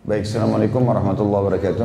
Baik, Assalamualaikum warahmatullahi wabarakatuh.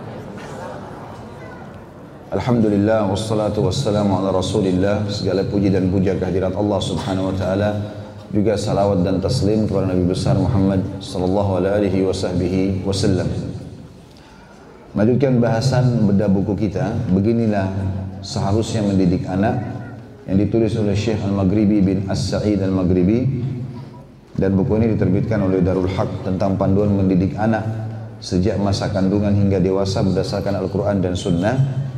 Alhamdulillah, wassalatu wassalamu ala rasulillah. Segala puji dan puja kehadirat Allah subhanahu wa ta'ala. Juga salawat dan taslim kepada Nabi besar Muhammad sallallahu alaihi wasallam. Melanjutkan bahasan bedah buku kita, Beginilah Seharusnya Mendidik Anak, yang ditulis oleh Syekh Al-Maghribi bin As-Sa'id Al-Maghribi, dan buku ini diterbitkan oleh Darul Haq tentang panduan mendidik anak sejak masa kandungan hingga dewasa berdasarkan Al-Quran dan Sunnah.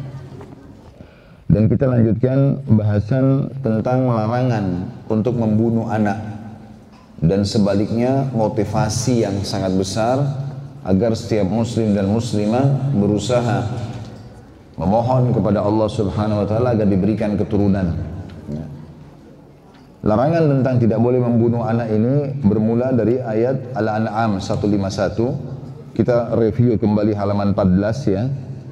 Dan kita lanjutkan bahasan tentang larangan untuk membunuh anak, dan sebaliknya motivasi yang sangat besar agar setiap muslim dan muslimah berusaha memohon kepada Allah subhanahu wa ta'ala agar diberikan keturunan. Larangan tentang tidak boleh membunuh anak ini bermula dari ayat Al-An'am 151. Kita review kembali halaman 14 ya,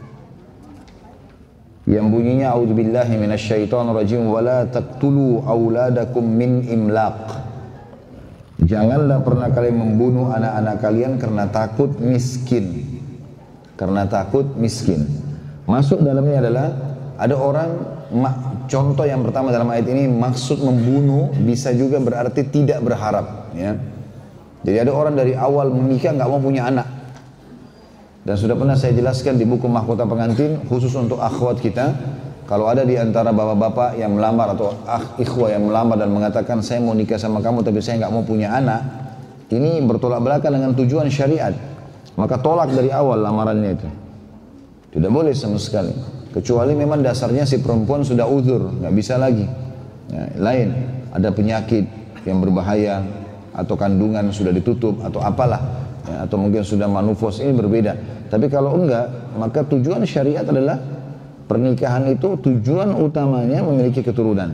yang bunyinya a'udzubillahi minasyaitonirrajim wala taqtulu auladakum min imlaq. Janganlah pernah kalian membunuh anak-anak kalian karena takut miskin. Karena takut miskin. Masuk dalamnya adalah ada orang, contoh yang pertama dalam ayat ini, maksud membunuh bisa juga berarti tidak berharap ya. Jadi ada orang dari awal menikah nggak mau punya anak. Dan sudah pernah saya jelaskan di buku Mahkota Pengantin, khusus untuk akhwat kita, kalau ada di antara bapak-bapak yang melamar atau ikhwah yang melamar dan mengatakan saya mau nikah sama kamu tapi saya nggak mau punya anak, ini bertolak belakang dengan tujuan syariat, maka tolak dari awal lamarannya itu. Tidak boleh sama sekali, kecuali memang dasarnya si perempuan sudah uzur, nggak bisa lagi ya, lain, ada penyakit yang berbahaya atau kandungan sudah ditutup atau apalah ya, atau mungkin sudah manufos, ini berbeda. Tapi kalau enggak, maka tujuan syariat adalah pernikahan itu tujuan utamanya memiliki keturunan.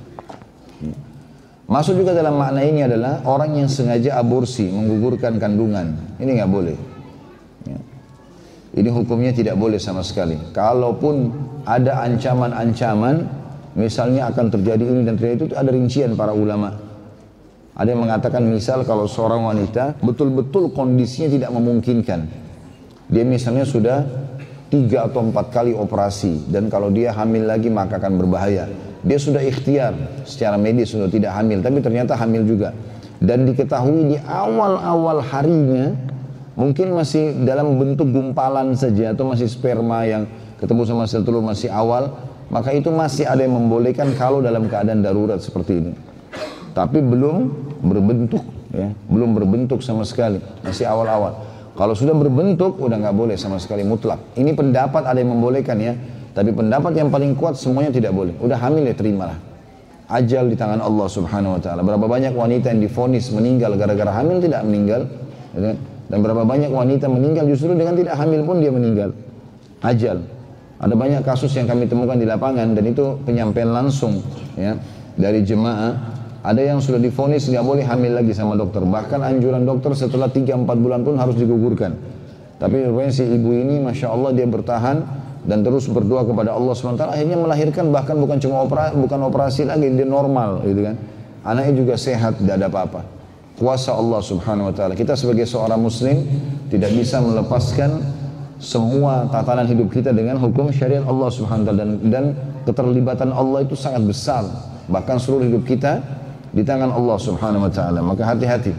Masuk juga dalam makna ini adalah orang yang sengaja aborsi, menggugurkan kandungan, ini nggak boleh ya. Ini hukumnya tidak boleh sama sekali. Kalaupun ada ancaman-ancaman, misalnya akan terjadi ini dan terjadi itu ada rincian para ulama. Ada yang mengatakan misal kalau seorang wanita betul-betul kondisinya tidak memungkinkan, dia misalnya sudah 3 atau 4 kali operasi, dan kalau dia hamil lagi maka akan berbahaya. Dia sudah ikhtiar secara medis sudah tidak hamil, tapi ternyata hamil juga. Dan diketahui di awal-awal harinya mungkin masih dalam bentuk gumpalan saja atau masih sperma yang ketemu sama sel telur masih awal, maka itu masih ada yang membolehkan kalau dalam keadaan darurat seperti ini. Tapi belum berbentuk ya, belum berbentuk sama sekali, masih awal-awal. Kalau sudah berbentuk udah nggak boleh sama sekali mutlak. Ini pendapat ada yang membolehkan ya, tapi pendapat yang paling kuat semuanya tidak boleh. Udah hamil ya terimalah. Ajal di tangan Allah subhanahu wa ta'ala. Berapa banyak wanita yang divonis meninggal gara-gara hamil tidak meninggal ya, dan berapa banyak wanita meninggal justru dengan tidak hamil pun dia meninggal. Ajal. Ada banyak kasus yang kami temukan di lapangan, dan itu penyampaian langsung ya dari jemaah. Ada yang sudah divonis nggak boleh hamil lagi sama dokter. Bahkan anjuran dokter setelah 3-4 bulan pun harus digugurkan. Tapi rupanya si ibu ini Masya Allah dia bertahan dan terus berdoa kepada Allah SWT. Akhirnya melahirkan, bahkan bukan operasi lagi, dia normal gitu kan. Anaknya juga sehat, tidak ada apa-apa. Kuasa Allah subhanahu wa ta'ala. Kita sebagai seorang muslim tidak bisa melepaskan semua tatanan hidup kita dengan hukum syariat Allah subhanahu wa ta'ala. Dan keterlibatan Allah itu sangat besar. Bahkan seluruh hidup kita di tangan Allah subhanahu wa ta'ala. Maka hati-hati.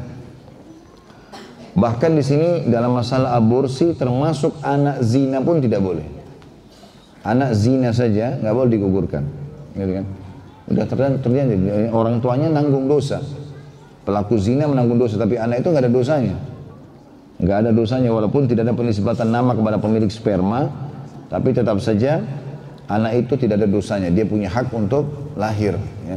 Bahkan di sini dalam masalah aborsi termasuk anak zina pun tidak boleh. Anak zina saja nggak boleh digugurkan, gitu kan? Udah terjadi, orang tuanya nanggung dosa. Pelaku zina menanggung dosa, tapi anak itu nggak ada dosanya. Nggak ada dosanya walaupun tidak ada penisbatan nama kepada pemilik sperma, tapi tetap saja anak itu tidak ada dosanya. Dia punya hak untuk lahir. Ya.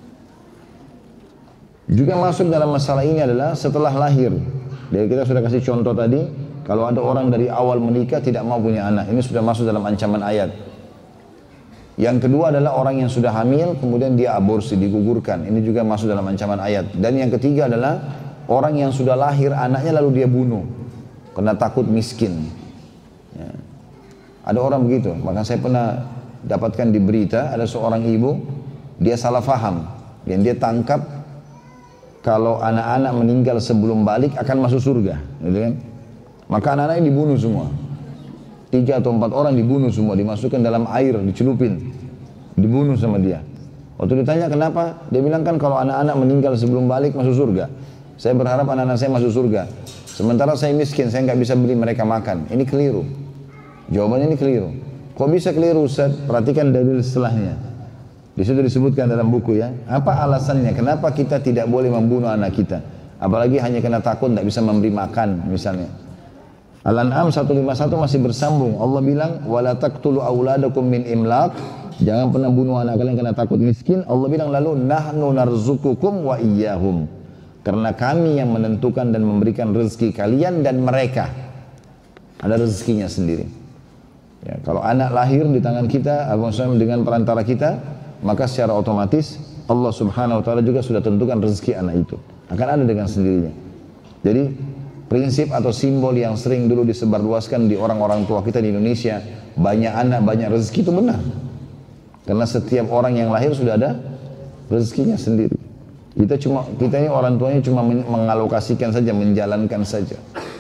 Juga masuk dalam masalah ini adalah setelah lahir. Jadi kita sudah kasih contoh tadi, kalau ada orang dari awal menikah tidak mau punya anak, ini sudah masuk dalam ancaman ayat. Yang kedua adalah orang yang sudah hamil kemudian dia aborsi, digugurkan, ini juga masuk dalam ancaman ayat. Dan yang ketiga adalah orang yang sudah lahir anaknya lalu dia bunuh karena takut miskin ya. Ada orang begitu, maka saya pernah dapatkan di berita ada seorang ibu, dia salah faham dan dia tangkap kalau anak-anak meninggal sebelum balik akan masuk surga, gitu kan? Maka anak-anaknya dibunuh semua. 3 atau 4 orang dibunuh semua, dimasukkan dalam air, dicelupin, dibunuh sama dia. Waktu ditanya kenapa, dia bilang kan kalau anak-anak meninggal sebelum balik masuk surga. Saya berharap anak-anak saya masuk surga. Sementara saya miskin, saya nggak bisa beli mereka makan. Ini keliru. Jawabannya ini keliru. Kok bisa keliru Ustaz? Perhatikan dalil setelahnya. Di situ disebutkan dalam buku ya. Apa alasannya? Kenapa kita tidak boleh membunuh anak kita? Apalagi hanya kena takut tidak bisa memberi makan misalnya. Al-An'am 151 masih bersambung. Allah bilang, "Wala taqtulu auladakum min imlaq." Jangan pernah bunuh anak kalian karena takut miskin. Allah bilang lalu, "Nahnu narzukukum wa iyyahum." Karena kami yang menentukan dan memberikan rezeki kalian dan mereka. Ada rezekinya sendiri. Ya, kalau anak lahir di tangan kita, dengan perantara kita, maka secara otomatis Allah Subhanahu wa taala juga sudah tentukan rezeki anak itu. Akan ada dengan sendirinya. Jadi prinsip atau simbol yang sering dulu disebarluaskan di orang-orang tua kita di Indonesia, banyak anak, banyak rezeki, itu benar. Karena setiap orang yang lahir sudah ada rezekinya sendiri. Kita ini orang tuanya cuma mengalokasikan saja, menjalankan saja.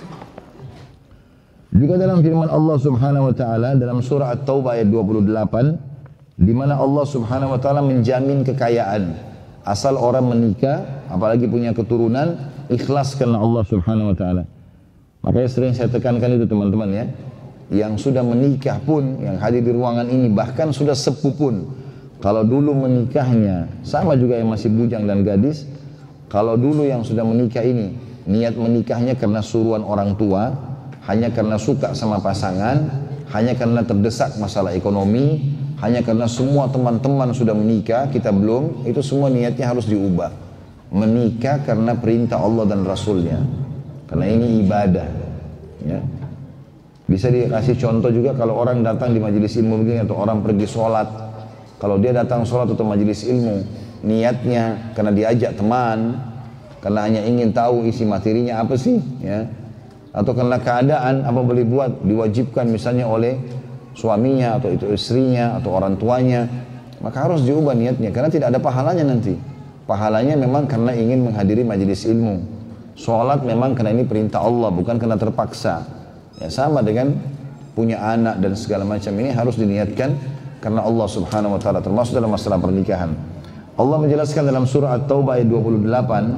Juga dalam firman Allah Subhanahu wa taala dalam surah At-Taubah ayat 28, di mana Allah Subhanahu wa taala menjamin kekayaan. Asal orang menikah, apalagi punya keturunan, ikhlas karena Allah Subhanahu wa taala. Makanya sering saya tekankan itu teman-teman ya. Yang sudah menikah pun, yang hadir di ruangan ini, bahkan sudah sepuh pun, kalau dulu menikahnya, sama juga yang masih bujang dan gadis, kalau dulu yang sudah menikah ini, niat menikahnya karena suruhan orang tua, hanya karena suka sama pasangan, hanya karena terdesak masalah ekonomi, hanya karena semua teman-teman sudah menikah, kita belum, itu semua niatnya harus diubah. Menikah karena perintah Allah dan Rasulnya, karena ini ibadah ya. Bisa dikasih contoh juga kalau orang datang di majelis ilmu begini, atau orang pergi sholat. Kalau dia datang sholat atau majelis ilmu, niatnya karena diajak teman, karena hanya ingin tahu isi materinya apa sih ya, atau karena keadaan apa boleh buat, diwajibkan misalnya oleh suaminya atau itu istrinya atau orang tuanya, maka harus diubah niatnya, karena tidak ada pahalanya nanti. Pahalanya memang karena ingin menghadiri majelis ilmu. Sholat memang karena ini perintah Allah, bukan karena terpaksa. Ya, sama dengan punya anak dan segala macam ini harus diniatkan karena Allah Subhanahu wa taala, termasuk dalam masalah pernikahan. Allah menjelaskan dalam surah At-Taubah ayat 28,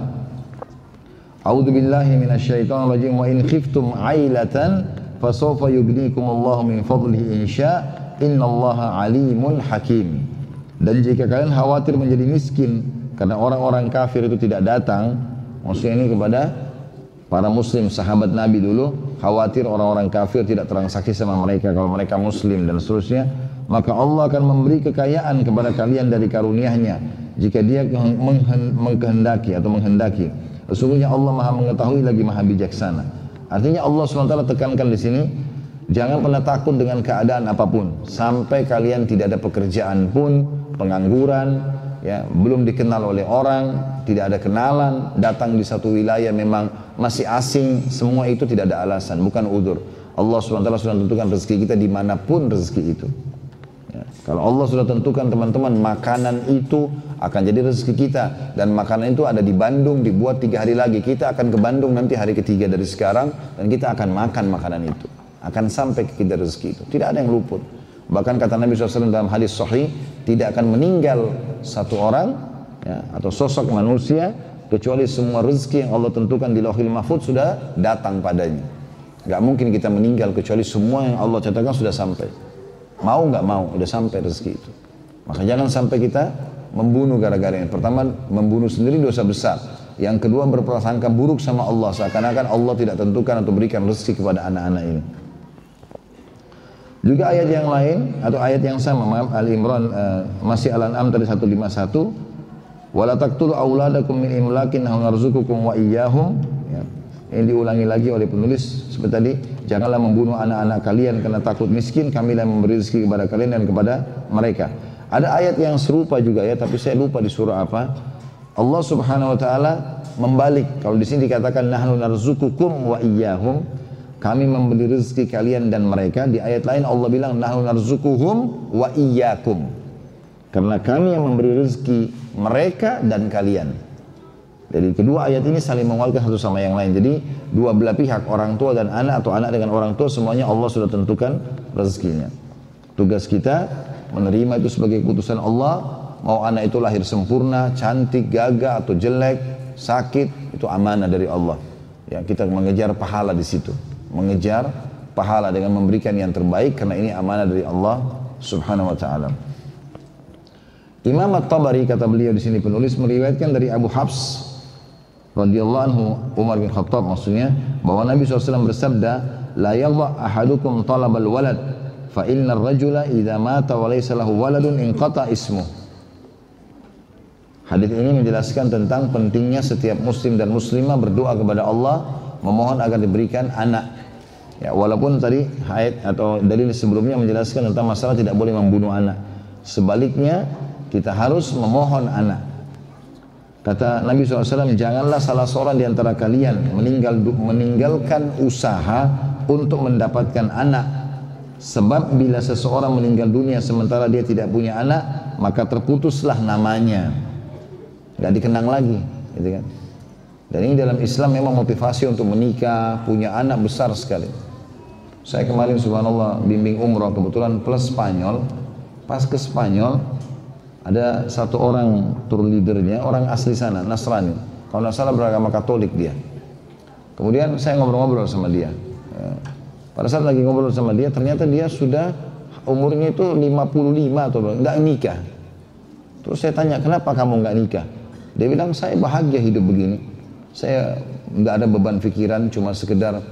A'udzu billahi minasyaitonir rajim, wa in khiftum 'ailatan fasawfa yughnikumullahu min fadlihi insya innallaha alimun hakim. Dan jika kalian khawatir menjadi miskin karena orang-orang kafir itu tidak datang, maksudnya ini kepada para muslim, sahabat Nabi dulu, khawatir orang-orang kafir tidak transaksi sama mereka kalau mereka muslim dan seterusnya, maka Allah akan memberi kekayaan kepada kalian dari karunia-Nya jika Dia menghendaki atau menghendaki. Sesungguhnya Allah Maha mengetahui lagi Maha bijaksana. Artinya Allah SWT tekankan di sini, jangan pernah takut dengan keadaan apapun, sampai kalian tidak ada pekerjaan pun, pengangguran, ya, belum dikenal oleh orang, tidak ada kenalan, datang di satu wilayah memang masih asing, semua itu tidak ada alasan, bukan udzur. Allah SWT sudah tentukan rezeki kita dimanapun rezeki itu. Ya, kalau Allah sudah tentukan teman-teman, makanan itu akan jadi rezeki kita, dan makanan itu ada di Bandung, dibuat 3 hari lagi, kita akan ke Bandung nanti hari ketiga dari sekarang, dan kita akan makan makanan itu, akan sampai ke kita rezeki itu, tidak ada yang luput. Bahkan kata Nabi SAW dalam hadis sahih, tidak akan meninggal satu orang ya, atau sosok manusia kecuali semua rezeki yang Allah tentukan di Lauhil Mahfuz sudah datang padanya. Gak mungkin kita meninggal kecuali semua yang Allah catatkan sudah sampai. Mau gak mau, sudah sampai rezeki itu. Maka jangan sampai kita membunuh gara-gara ini. Pertama, membunuh sendiri dosa besar. Yang kedua, berprasangka buruk sama Allah, seakan-akan Allah tidak tentukan atau berikan rezeki kepada anak-anak ini. Juga ayat yang lain atau ayat yang sama, maaf, Al-Imran, masih Al-An'am tadi 151, wala taqtulu auladakum min imlakin nahnu narzuqukum wa iyyahum. Ya. Ini diulangi lagi oleh penulis seperti tadi, janganlah membunuh anak-anak kalian karena takut miskin, kamilah memberi rezeki kepada kalian dan kepada mereka. Ada ayat yang serupa juga ya, tapi saya lupa di surah apa. Allah Subhanahu wa taala membalik. Kalau di sini dikatakan nahnu narzuqukum wa iyyahum, kami memberi rezeki kalian dan mereka. Di ayat lain Allah bilang nahnu narzuquhum wa iyyakum. Karena kami yang memberi rezeki mereka dan kalian. Jadi kedua ayat ini saling menguatkan satu sama yang lain. Jadi dua belah pihak, orang tua dan anak atau anak dengan orang tua, semuanya Allah sudah tentukan rezekinya. Tugas kita menerima itu sebagai keputusan Allah. Mau anak itu lahir sempurna, cantik, gagah atau jelek, sakit, itu amanah dari Allah. Ya, kita mengejar pahala di situ. Mengejar pahala dengan memberikan yang terbaik karena ini amanah dari Allah Subhanahu wa taala. Imam At-Tabari, kata beliau di sini penulis, meriwayatkan dari Abu Hafs radhiyallahu anhu, Umar bin Khattab maksudnya, bahwa Nabi SAW bersabda, la yadha ahadukum talabal walad fa innar rajula idza mata wa laysa lahu waladun inqata ismuh. Hadis ini menjelaskan tentang pentingnya setiap muslim dan muslimah berdoa kepada Allah memohon agar diberikan anak. Ya, walaupun tadi ayat atau dalil sebelumnya menjelaskan tentang masalah tidak boleh membunuh anak. Sebaliknya kita harus memohon anak. Kata Nabi SAW, janganlah salah seorang di antara kalian meninggalkan usaha untuk mendapatkan anak. Sebab bila seseorang meninggal dunia sementara dia tidak punya anak, maka terputuslah namanya. Gak dikenang lagi, gitu kan? Dan ini dalam Islam memang motivasi untuk menikah, punya anak besar sekali. Saya kemarin subhanallah bimbing umrah kebetulan plus Spanyol. Pas ke Spanyol, ada satu orang tour leadernya, orang asli sana, Nasrani. Kalau nggak salah beragama Katolik dia. Kemudian saya ngobrol-ngobrol sama dia. Pada saat lagi ngobrol sama dia, ternyata dia sudah umurnya itu 55 atau nggak nikah. Terus saya tanya, kenapa kamu nggak nikah? Dia bilang, saya bahagia hidup begini. Saya nggak ada beban pikiran, cuma sekedar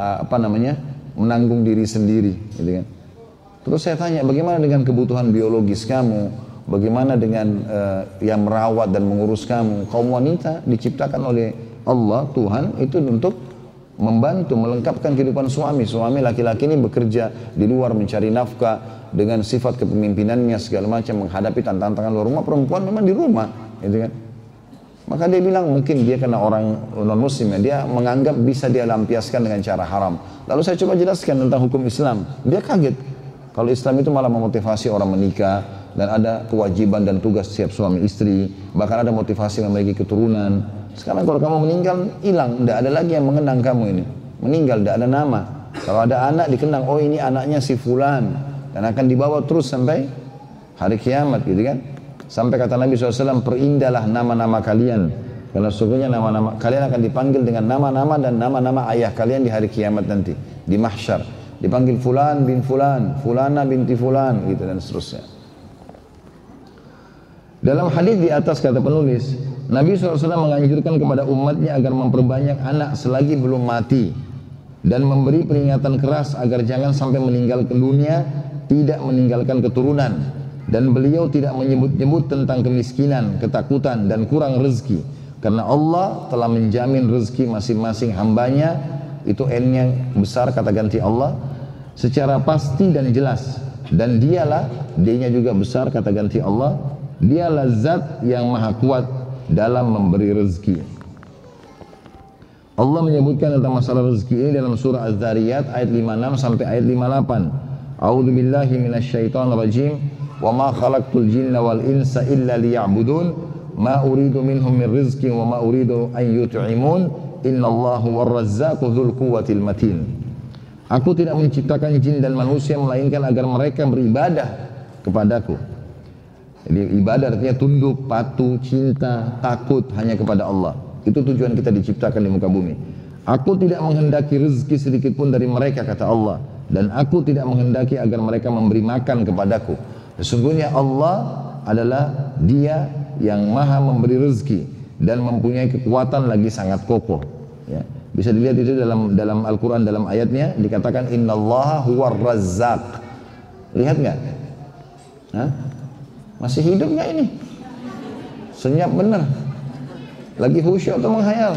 menanggung diri sendiri, gitu kan. Terus saya tanya, bagaimana dengan kebutuhan biologis kamu? Bagaimana dengan yang merawat dan mengurus kamu? Kaum wanita diciptakan oleh Allah, Tuhan, itu untuk membantu, melengkapkan kehidupan suami. Suami laki-laki ini bekerja di luar mencari nafkah dengan sifat kepemimpinannya segala macam, menghadapi tantangan luar rumah. Perempuan memang di rumah, gitu kan. Maka dia bilang mungkin dia karena orang non-muslim, dia menganggap bisa dia lampiaskan dengan cara haram. Lalu saya coba jelaskan tentang hukum Islam. Dia kaget. Kalau Islam itu malah memotivasi orang menikah, dan ada kewajiban dan tugas setiap suami istri, bahkan ada motivasi memiliki keturunan. Sekarang kalau kamu meninggal, hilang, tidak ada lagi yang mengenang kamu ini. Meninggal, tidak ada nama. Kalau ada anak dikenang, oh ini anaknya si fulan, dan akan dibawa terus sampai hari kiamat, gitu kan. Sampai kata Nabi SAW, perindahlah nama-nama kalian, karena sesungguhnya nama-nama kalian akan dipanggil dengan nama-nama dan nama-nama ayah kalian di hari kiamat nanti, di mahsyar. Dipanggil fulan bin fulan, fulana binti fulan, gitu dan seterusnya. Dalam hadis di atas kata penulis, Nabi SAW menganjurkan kepada umatnya agar memperbanyak anak selagi belum mati dan memberi peringatan keras agar jangan sampai meninggalkan dunia tidak meninggalkan keturunan, dan beliau tidak menyebut-nyebut tentang kemiskinan, ketakutan dan kurang rezeki karena Allah telah menjamin rezeki masing-masing hambanya, itu N-nya besar kata ganti Allah, secara pasti dan jelas, dan dialah D-nya juga besar kata ganti Allah, dialah zat yang maha kuat dalam memberi rezeki. Allah menyebutkan tentang masalah rezeki ini dalam surah Az-Zariyat ayat 56 sampai ayat 58. A'udzu billahi minasyaitonir rajim. Wa ma khalaqtul jinna wal insa illa liya'budun. Ma uridu minhum min rizqin wa ma uridu an yut'imun. Innallahu war-razzaqu dzul quwwatil matin. Aku tidak menciptakan jin dan manusia melainkan agar mereka beribadah kepadaku. Jadi ibadah artinya tunduk, patuh, cinta, takut hanya kepada Allah. Itu tujuan kita diciptakan di muka bumi. Aku tidak menghendaki rezeki sedikit pun dari mereka, kata Allah. Dan aku tidak menghendaki agar mereka memberi makan kepadaku. Sesungguhnya Allah adalah Dia yang maha memberi rezeki dan mempunyai kekuatan lagi sangat kokoh. Ya. Bisa dilihat itu dalam Al-Quran, dalam ayatnya dikatakan innallaha huwar razzaq. Lihat nggak? Hah? Masih hidup nggak ini? Senyap benar. Lagi khusyuk atau menghayal?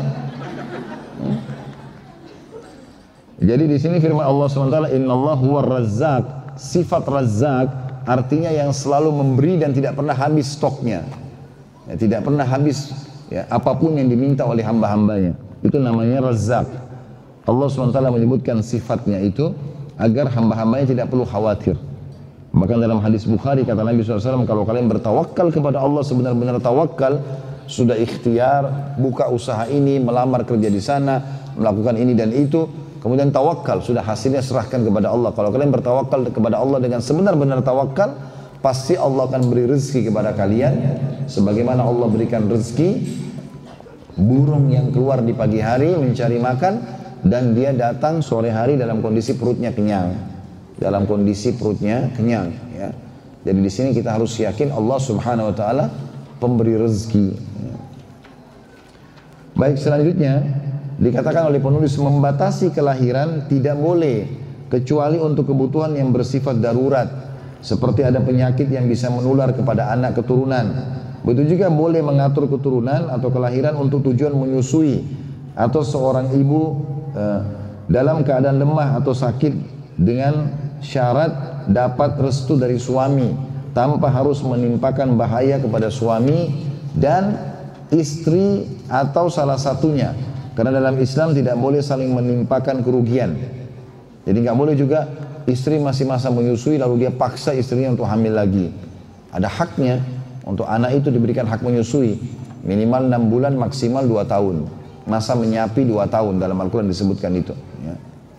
Jadi di sini firman Allah SWT, Innallahu huwar razzaq. Sifat razzaq artinya yang selalu memberi dan tidak pernah habis stoknya. Ya, tidak pernah habis ya, apapun yang diminta oleh hamba-hambanya. Itu namanya razzaq. Allah SWT menyebutkan sifatnya itu agar hamba-hambanya tidak perlu khawatir. Bahkan dalam hadis Bukhari kata Nabi SAW, kalau kalian bertawakal kepada Allah sebenar-benar tawakal, sudah ikhtiar, buka usaha ini, melamar kerja di sana, melakukan ini dan itu, kemudian tawakal, sudah hasilnya serahkan kepada Allah. Kalau kalian bertawakal kepada Allah dengan sebenar-benar tawakal, pasti Allah akan beri rezeki kepada kalian, sebagaimana Allah berikan rezeki burung yang keluar di pagi hari mencari makan, dan dia datang sore hari dalam kondisi perutnya kenyang, dalam kondisi perutnya kenyang. Ya. Jadi di sini kita harus yakin Allah Subhanahu Wa Taala pemberi rezeki. Baik, selanjutnya dikatakan oleh penulis, membatasi kelahiran tidak boleh kecuali untuk kebutuhan yang bersifat darurat, seperti ada penyakit yang bisa menular kepada anak keturunan. Begitu juga boleh mengatur keturunan atau kelahiran untuk tujuan menyusui, atau seorang ibu dalam keadaan lemah atau sakit dengan syarat dapat restu dari suami tanpa harus menimpakan bahaya kepada suami dan istri atau salah satunya, karena dalam Islam tidak boleh saling menimpakan kerugian. Jadi nggak boleh juga istri masih masa menyusui lalu dia paksa istrinya untuk hamil lagi. Ada haknya untuk anak itu diberikan hak menyusui minimal 6 bulan, maksimal 2 tahun, masa menyapi 2 tahun, dalam Al-Quran disebutkan itu ya.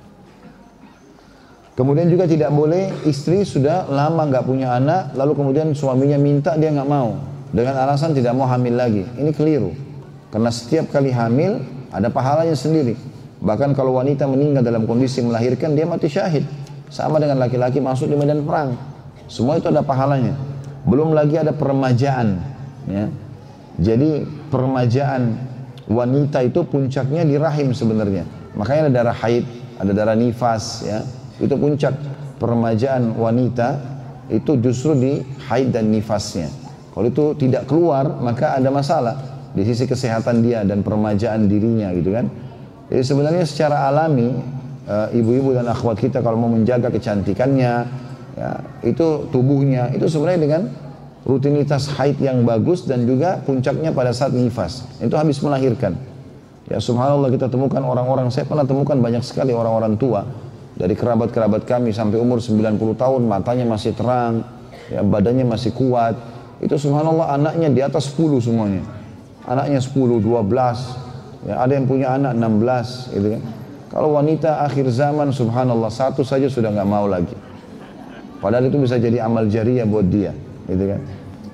Kemudian juga tidak boleh istri sudah lama nggak punya anak, lalu kemudian suaminya minta dia nggak mau dengan alasan tidak mau hamil lagi. Ini keliru, karena setiap kali hamil ada pahalanya sendiri. Bahkan kalau wanita meninggal dalam kondisi melahirkan, dia mati syahid, sama dengan laki-laki masuk di medan perang. Semua itu ada pahalanya. Belum lagi ada peremajaan. Ya. Jadi peremajaan wanita itu puncaknya di rahim sebenarnya. Makanya ada darah haid, ada darah nifas, ya. Itu puncak peremajaan wanita itu justru di haid dan nifasnya. Kalau itu tidak keluar maka ada masalah di sisi kesehatan dia dan peremajaan dirinya gitu kan. Jadi sebenarnya secara alami ibu-ibu dan akhwat kita kalau mau menjaga kecantikannya ya, itu tubuhnya itu sebenarnya dengan rutinitas haid yang bagus dan juga puncaknya pada saat nifas itu habis melahirkan. Ya subhanallah, kita temukan orang-orang, saya pernah temukan banyak sekali orang-orang tua dari kerabat-kerabat kami sampai umur 90 tahun, matanya masih terang, ya, badannya masih kuat. Itu subhanallah anaknya di atas 10 semuanya. Anaknya 10, 12, ya, ada yang punya anak 16 gitu kan. Kalau wanita akhir zaman subhanallah satu saja sudah nggak mau lagi. Padahal itu bisa jadi amal jariah buat dia, gitu kan.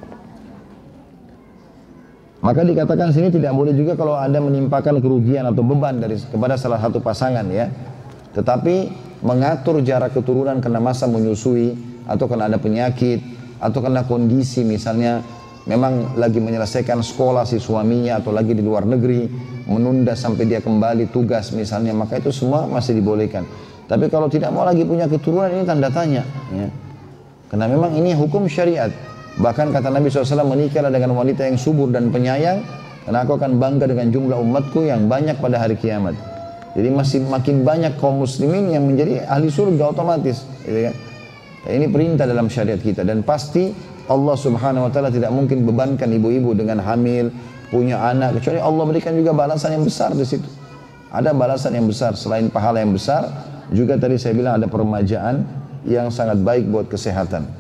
Maka dikatakan sini tidak boleh juga kalau Anda menimpakan kerugian atau beban kepada salah satu pasangan ya. Tetapi mengatur jarak keturunan karena masa menyusui atau karena ada penyakit atau karena kondisi misalnya memang lagi menyelesaikan sekolah si suaminya atau lagi di luar negeri menunda sampai dia kembali tugas misalnya, maka itu semua masih dibolehkan. Tapi kalau tidak mau lagi punya keturunan ini tanda tanya ya. Karena memang ini hukum syariat. Bahkan kata Nabi SAW, menikahlah dengan wanita yang subur dan penyayang karena aku akan bangga dengan jumlah umatku yang banyak pada hari kiamat. Jadi masih makin banyak kaum muslimin yang menjadi ahli surga otomatis gitu kan? Dan ini perintah dalam syariat kita. Dan pasti Allah Subhanahu Wa Taala tidak mungkin bebankan ibu-ibu dengan hamil, punya anak, kecuali Allah berikan juga balasan yang besar di situ. Ada balasan yang besar selain pahala yang besar. Juga tadi saya bilang ada peremajaan yang sangat baik buat kesehatan.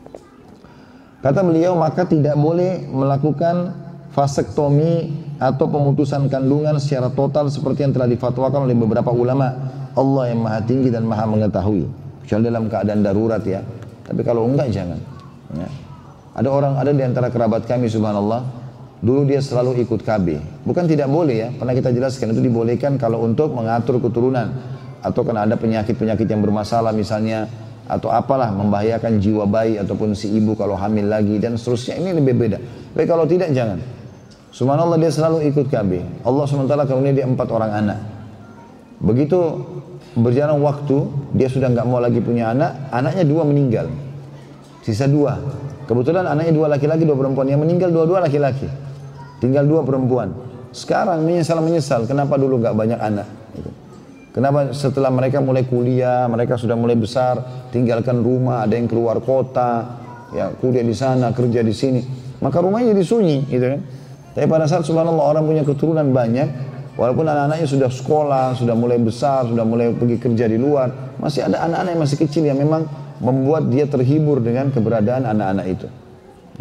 Kata beliau, maka tidak boleh melakukan vasektomi atau pemutusan kandungan secara total seperti yang telah difatwakan oleh beberapa ulama. Allah yang maha tinggi dan maha mengetahui, kecuali dalam keadaan darurat ya. Tapi kalau enggak jangan ya. Ada di antara kerabat kami subhanallah, dulu dia selalu ikut KB. Bukan tidak boleh ya, pernah kita jelaskan itu dibolehkan kalau untuk mengatur keturunan atau karena ada penyakit-penyakit yang bermasalah misalnya, atau apalah membahayakan jiwa bayi ataupun si ibu kalau hamil lagi dan seterusnya, ini lebih beda. Tapi kalau tidak jangan. Subhanallah, dia selalu ikut KB. Allah SWT karunia dia 4 orang anak. Begitu berjalan waktu, dia sudah nggak mau lagi punya anak, anaknya 2 meninggal, sisa 2. Kebetulan anaknya 2 laki-laki 2 perempuan, yang meninggal 2 laki-laki, tinggal 2 perempuan. Sekarang menyesal, kenapa dulu nggak banyak anak? Kenapa setelah mereka mulai kuliah, mereka sudah mulai besar, tinggalkan rumah, ada yang keluar kota, ya kuliah di sana, kerja di sini, maka rumahnya jadi sunyi, gitu kan? Tapi pada saat subhanallah orang punya keturunan banyak, walaupun anak-anaknya sudah sekolah, sudah mulai besar, sudah mulai pergi kerja di luar, masih ada anak-anak yang masih kecil yang memang membuat dia terhibur dengan keberadaan anak-anak itu. Ya.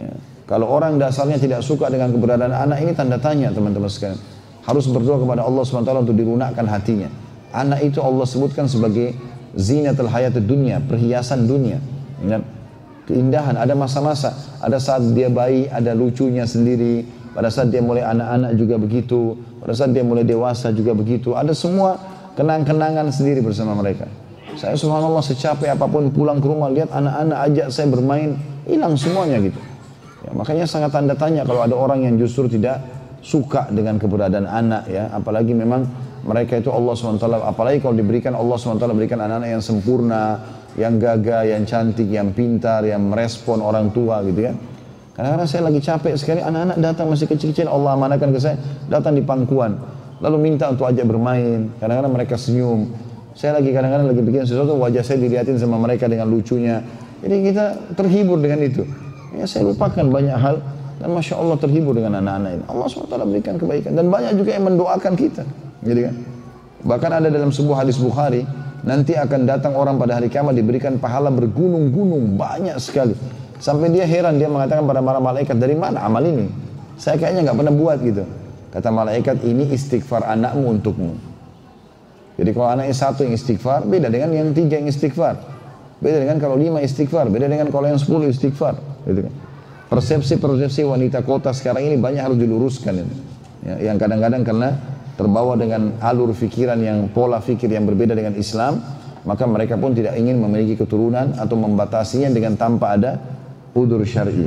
Kalau orang dasarnya tidak suka dengan keberadaan anak, ini tanda tanya teman-teman sekalian. Harus berdoa kepada Allah SWT untuk dilunakkan hatinya. Anak itu Allah sebutkan sebagai zinatul hayatid dunya, perhiasan dunia. Ingat, keindahan, ada masa-masa, ada saat dia bayi, ada lucunya sendiri, pada saat dia mulai anak-anak juga begitu, pada saat dia mulai dewasa juga begitu, ada semua kenang-kenangan sendiri bersama mereka. Saya subhanallah secapek apapun pulang ke rumah, lihat anak-anak ajak saya bermain, hilang semuanya gitu. Ya, makanya sangat tanda tanya kalau ada orang yang justru tidak suka dengan keberadaan anak, ya, apalagi memang mereka itu Allah SWT, apalagi kalau diberikan Allah SWT berikan anak-anak yang sempurna, yang gagah, yang cantik, yang pintar, yang merespon orang tua gitu kan. Kadang-kadang saya lagi capek sekali, anak-anak datang masih kecil-kecil, Allah amanahkan ke saya, datang di pangkuan, lalu minta untuk ajak bermain, kadang-kadang mereka senyum. Saya lagi kadang-kadang lagi bikin sesuatu, wajah saya dilihatin sama mereka dengan lucunya, jadi kita terhibur dengan itu. Ya, saya lupakan banyak hal, dan Masya Allah terhibur dengan anak-anak ini. Allah SWT berikan kebaikan, dan banyak juga yang mendoakan kita. Gitu kan? Bahkan ada dalam sebuah hadis Bukhari, nanti akan datang orang pada hari kiamat diberikan pahala bergunung-gunung, banyak sekali. Sampai dia heran, dia mengatakan pada para malaikat, dari mana amal ini? Saya kayaknya nggak pernah buat gitu. Kata malaikat, ini istighfar anakmu untukmu. Jadi kalau anaknya satu yang istighfar, beda dengan yang 3 yang istighfar. Beda dengan kalau 5 istighfar, beda dengan kalau yang 10 istighfar. Gitu kan? Persepsi wanita kota sekarang ini banyak harus diluruskan ini. Ya, yang kadang-kadang karena terbawa dengan alur fikiran yang pola fikir yang berbeda dengan Islam, maka mereka pun tidak ingin memiliki keturunan atau membatasinya dengan tanpa ada udzur syar'i.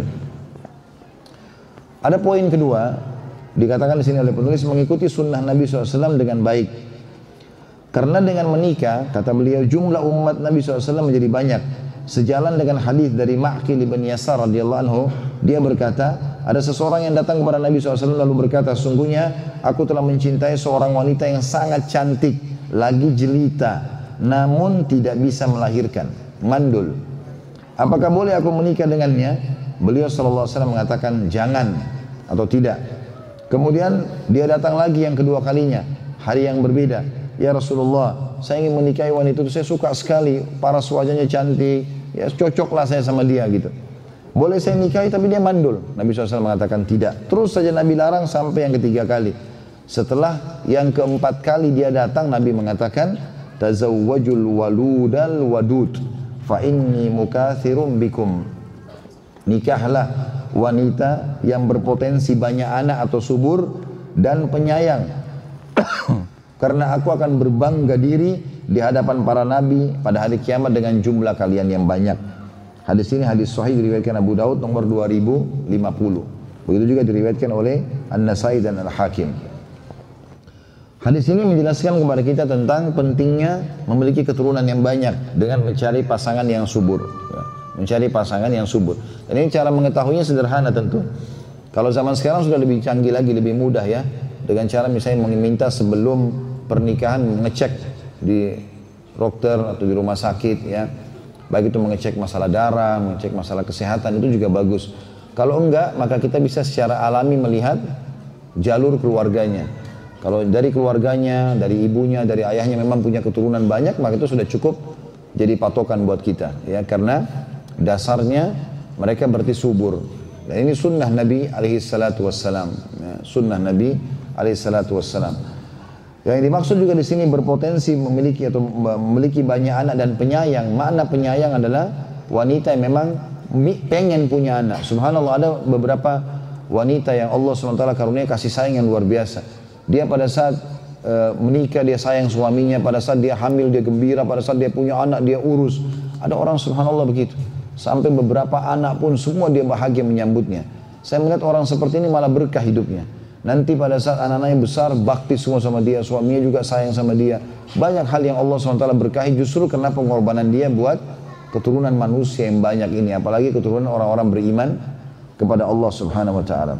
Ada poin kedua, dikatakan di sini oleh penulis, mengikuti sunnah Nabi SAW dengan baik. Karena dengan menikah, kata beliau, jumlah umat Nabi SAW menjadi banyak. Sejalan dengan hadis dari Ma'qil bin Yasar radhiyallahu anhu, dia berkata, ada seseorang yang datang kepada Nabi SAW lalu berkata, sungguhnya aku telah mencintai seorang wanita yang sangat cantik, lagi jelita, namun tidak bisa melahirkan, mandul. Apakah boleh aku menikah dengannya? Beliau SAW mengatakan jangan atau tidak. Kemudian dia datang lagi yang kedua kalinya, hari yang berbeda. Ya Rasulullah, saya ingin menikahi wanita itu, saya suka sekali, paras wajahnya cantik, ya cocoklah saya sama dia gitu. Boleh saya nikahi tapi dia mandul? Nabi SAW mengatakan tidak. Terus saja Nabi larang sampai yang ketiga kali. Setelah yang keempat kali dia datang, Nabi mengatakan, tazawwajul waludal wadud, fa inni mukatsirum bikum. Nikahlah wanita yang berpotensi banyak anak atau subur dan penyayang. Karena aku akan berbangga diri di hadapan para nabi pada hari kiamat dengan jumlah kalian yang banyak. Hadis ini hadis sahih diriwayatkan Abu Daud nomor 2050. Begitu juga diriwayatkan oleh An-Nasai dan Al-Hakim. Hadis ini menjelaskan kepada kita tentang pentingnya memiliki keturunan yang banyak dengan mencari pasangan yang subur. Mencari pasangan yang subur. Dan ini cara mengetahuinya sederhana tentu. Kalau zaman sekarang sudah lebih canggih lagi, lebih mudah ya. Dengan cara misalnya meminta sebelum pernikahan mengecek di dokter atau di rumah sakit ya. Baik itu mengecek masalah darah, mengecek masalah kesehatan, itu juga bagus. Kalau enggak, maka kita bisa secara alami melihat jalur keluarganya. Kalau dari keluarganya, dari ibunya, dari ayahnya memang punya keturunan banyak, maka itu sudah cukup jadi patokan buat kita ya, karena dasarnya mereka berarti subur. Dan ini sunnah Nabi alaihi salatu wassalam ya, sunnah Nabi alaihi salatu wassalam. Yang dimaksud juga di sini berpotensi memiliki atau memiliki banyak anak dan penyayang. Makna penyayang adalah wanita yang memang pengen punya anak. Subhanallah, ada beberapa wanita yang Allah SWT karunia kasih sayang yang luar biasa. Dia pada saat menikah dia sayang suaminya, pada saat dia hamil dia gembira, pada saat dia punya anak dia urus. Ada orang subhanallah begitu. Sampai beberapa anak pun semua dia bahagia menyambutnya. Saya melihat orang seperti ini malah berkah hidupnya. Nanti pada saat anak-anaknya besar, bakti semua sama dia, suaminya juga sayang sama dia. Banyak hal yang Allah SWT berkahi justru karena pengorbanan dia buat keturunan manusia yang banyak ini. Apalagi keturunan orang-orang beriman kepada Allah Subhanahu Wa Taala.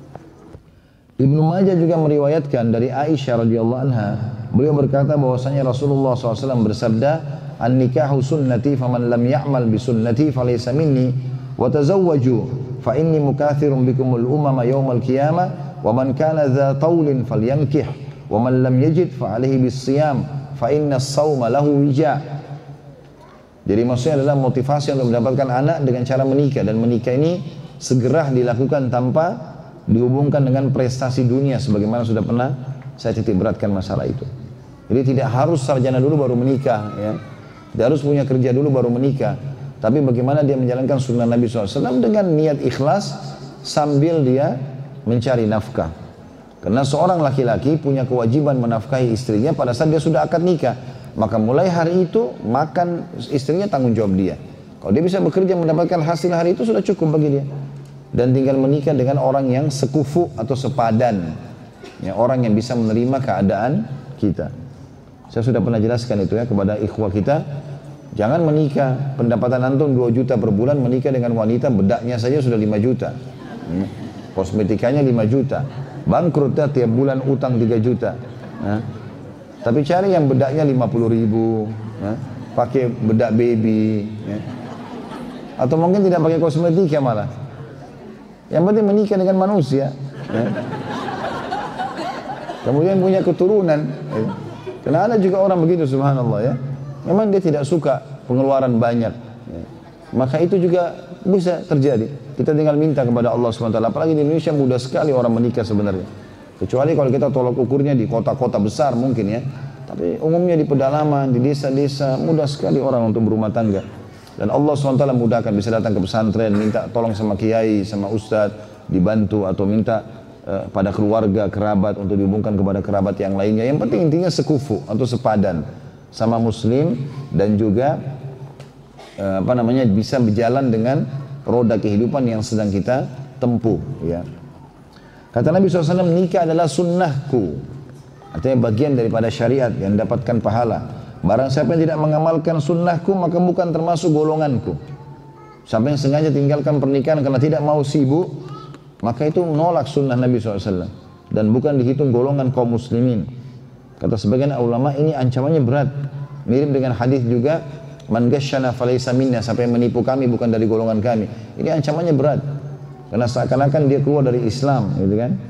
Ibnu Majah juga meriwayatkan dari Aisyah radhiyallahu anha, beliau berkata bahwasanya Rasulullah SAW bersabda, "An-nikahu sunnati, faman lam ya'mal bi sunnati falaysa minni, wa tazawwaju fa inni mukathirun bikumul umama yaumal qiyamah." Wa man kana dza taulin falyankih wa man lam yajid fa alaihi bis-siyam fa inna as-sauma lahu wija. Jadi maksudnya adalah motivasi untuk mendapatkan anak dengan cara menikah, dan menikah ini segera dilakukan tanpa dihubungkan dengan prestasi dunia sebagaimana sudah pernah saya titik beratkan masalah itu. Jadi tidak harus sarjana dulu baru menikah ya. Tidak harus punya kerja dulu baru menikah. Tapi bagaimana dia menjalankan sunnah Nabi SAW dengan niat ikhlas sambil dia mencari nafkah. Karena seorang laki-laki punya kewajiban menafkahi istrinya pada saat dia sudah akad nikah. Maka mulai hari itu makan istrinya tanggung jawab dia. Kalau dia bisa bekerja mendapatkan hasil hari itu sudah cukup bagi dia. Dan tinggal menikah dengan orang yang sekufu atau sepadan. Ya, orang yang bisa menerima keadaan kita. Saya sudah pernah jelaskan itu ya kepada ikhwah kita. Jangan menikah, pendapatan antum 2 juta per bulan, menikah dengan wanita bedaknya saja sudah 5 juta. Kosmetikanya 5 juta. Bangkrut ya, tiap bulan utang 3 juta. Tapi cari yang bedaknya 50 ribu, pakai bedak baby. Ya. Atau mungkin tidak pakai kosmetika malah. Yang penting menikah dengan manusia. Ya. Kemudian punya keturunan. Ya. Karena ada juga orang begitu subhanallah ya. Memang dia tidak suka pengeluaran banyak ya. Maka itu juga bisa terjadi. Kita tinggal minta kepada Allah SWT. Apalagi di Indonesia mudah sekali orang menikah sebenarnya. Kecuali kalau kita tolak ukurnya di kota-kota besar mungkin ya. Tapi umumnya di pedalaman, di desa-desa mudah sekali orang untuk berumah tangga. Dan Allah SWT mudahkan, bisa datang ke pesantren, minta tolong sama kiai, sama ustadz, dibantu atau minta pada keluarga, kerabat untuk dihubungkan kepada kerabat yang lainnya. Yang penting intinya sekufu atau sepadan sama muslim dan juga bisa berjalan dengan roda kehidupan yang sedang kita tempuh ya. Kata Nabi SAW, nikah adalah sunnahku, artinya bagian daripada syariat yang dapatkan pahala. Barang siapa yang tidak mengamalkan sunnahku maka bukan termasuk golonganku. Siapa yang sengaja tinggalkan pernikahan karena tidak mau sibuk, maka itu menolak sunnah Nabi SAW dan bukan dihitung golongan kaum muslimin. Kata sebagian ulama ini ancamannya berat. Mirip dengan hadis juga, man ghasyana falaysa minna, siapa yang menipu kami bukan dari golongan kami. Ini ancamannya berat. Karena seakan-akan dia keluar dari Islam, gitu kan?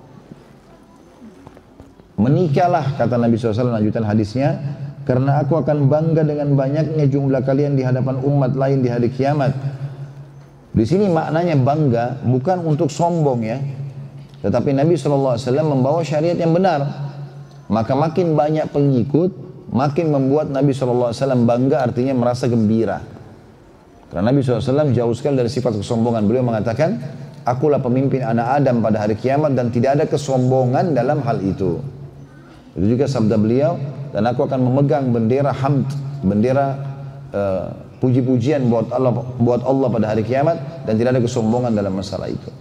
Menikahlah kata Nabi SAW lanjutan hadisnya, karena aku akan bangga dengan banyaknya jumlah kalian di hadapan umat lain di hari kiamat. Di sini maknanya bangga bukan untuk sombong ya. Tetapi Nabi SAW membawa syariat yang benar. Maka makin banyak pengikut, makin membuat Nabi SAW bangga, artinya merasa gembira. Karena Nabi SAW jauh sekali dari sifat kesombongan. Beliau mengatakan, akulah pemimpin anak Adam pada hari kiamat dan tidak ada kesombongan dalam hal itu. Itu juga sabda beliau, dan aku akan memegang bendera hamd, bendera puji-pujian buat Allah pada hari kiamat, dan tidak ada kesombongan dalam masalah itu.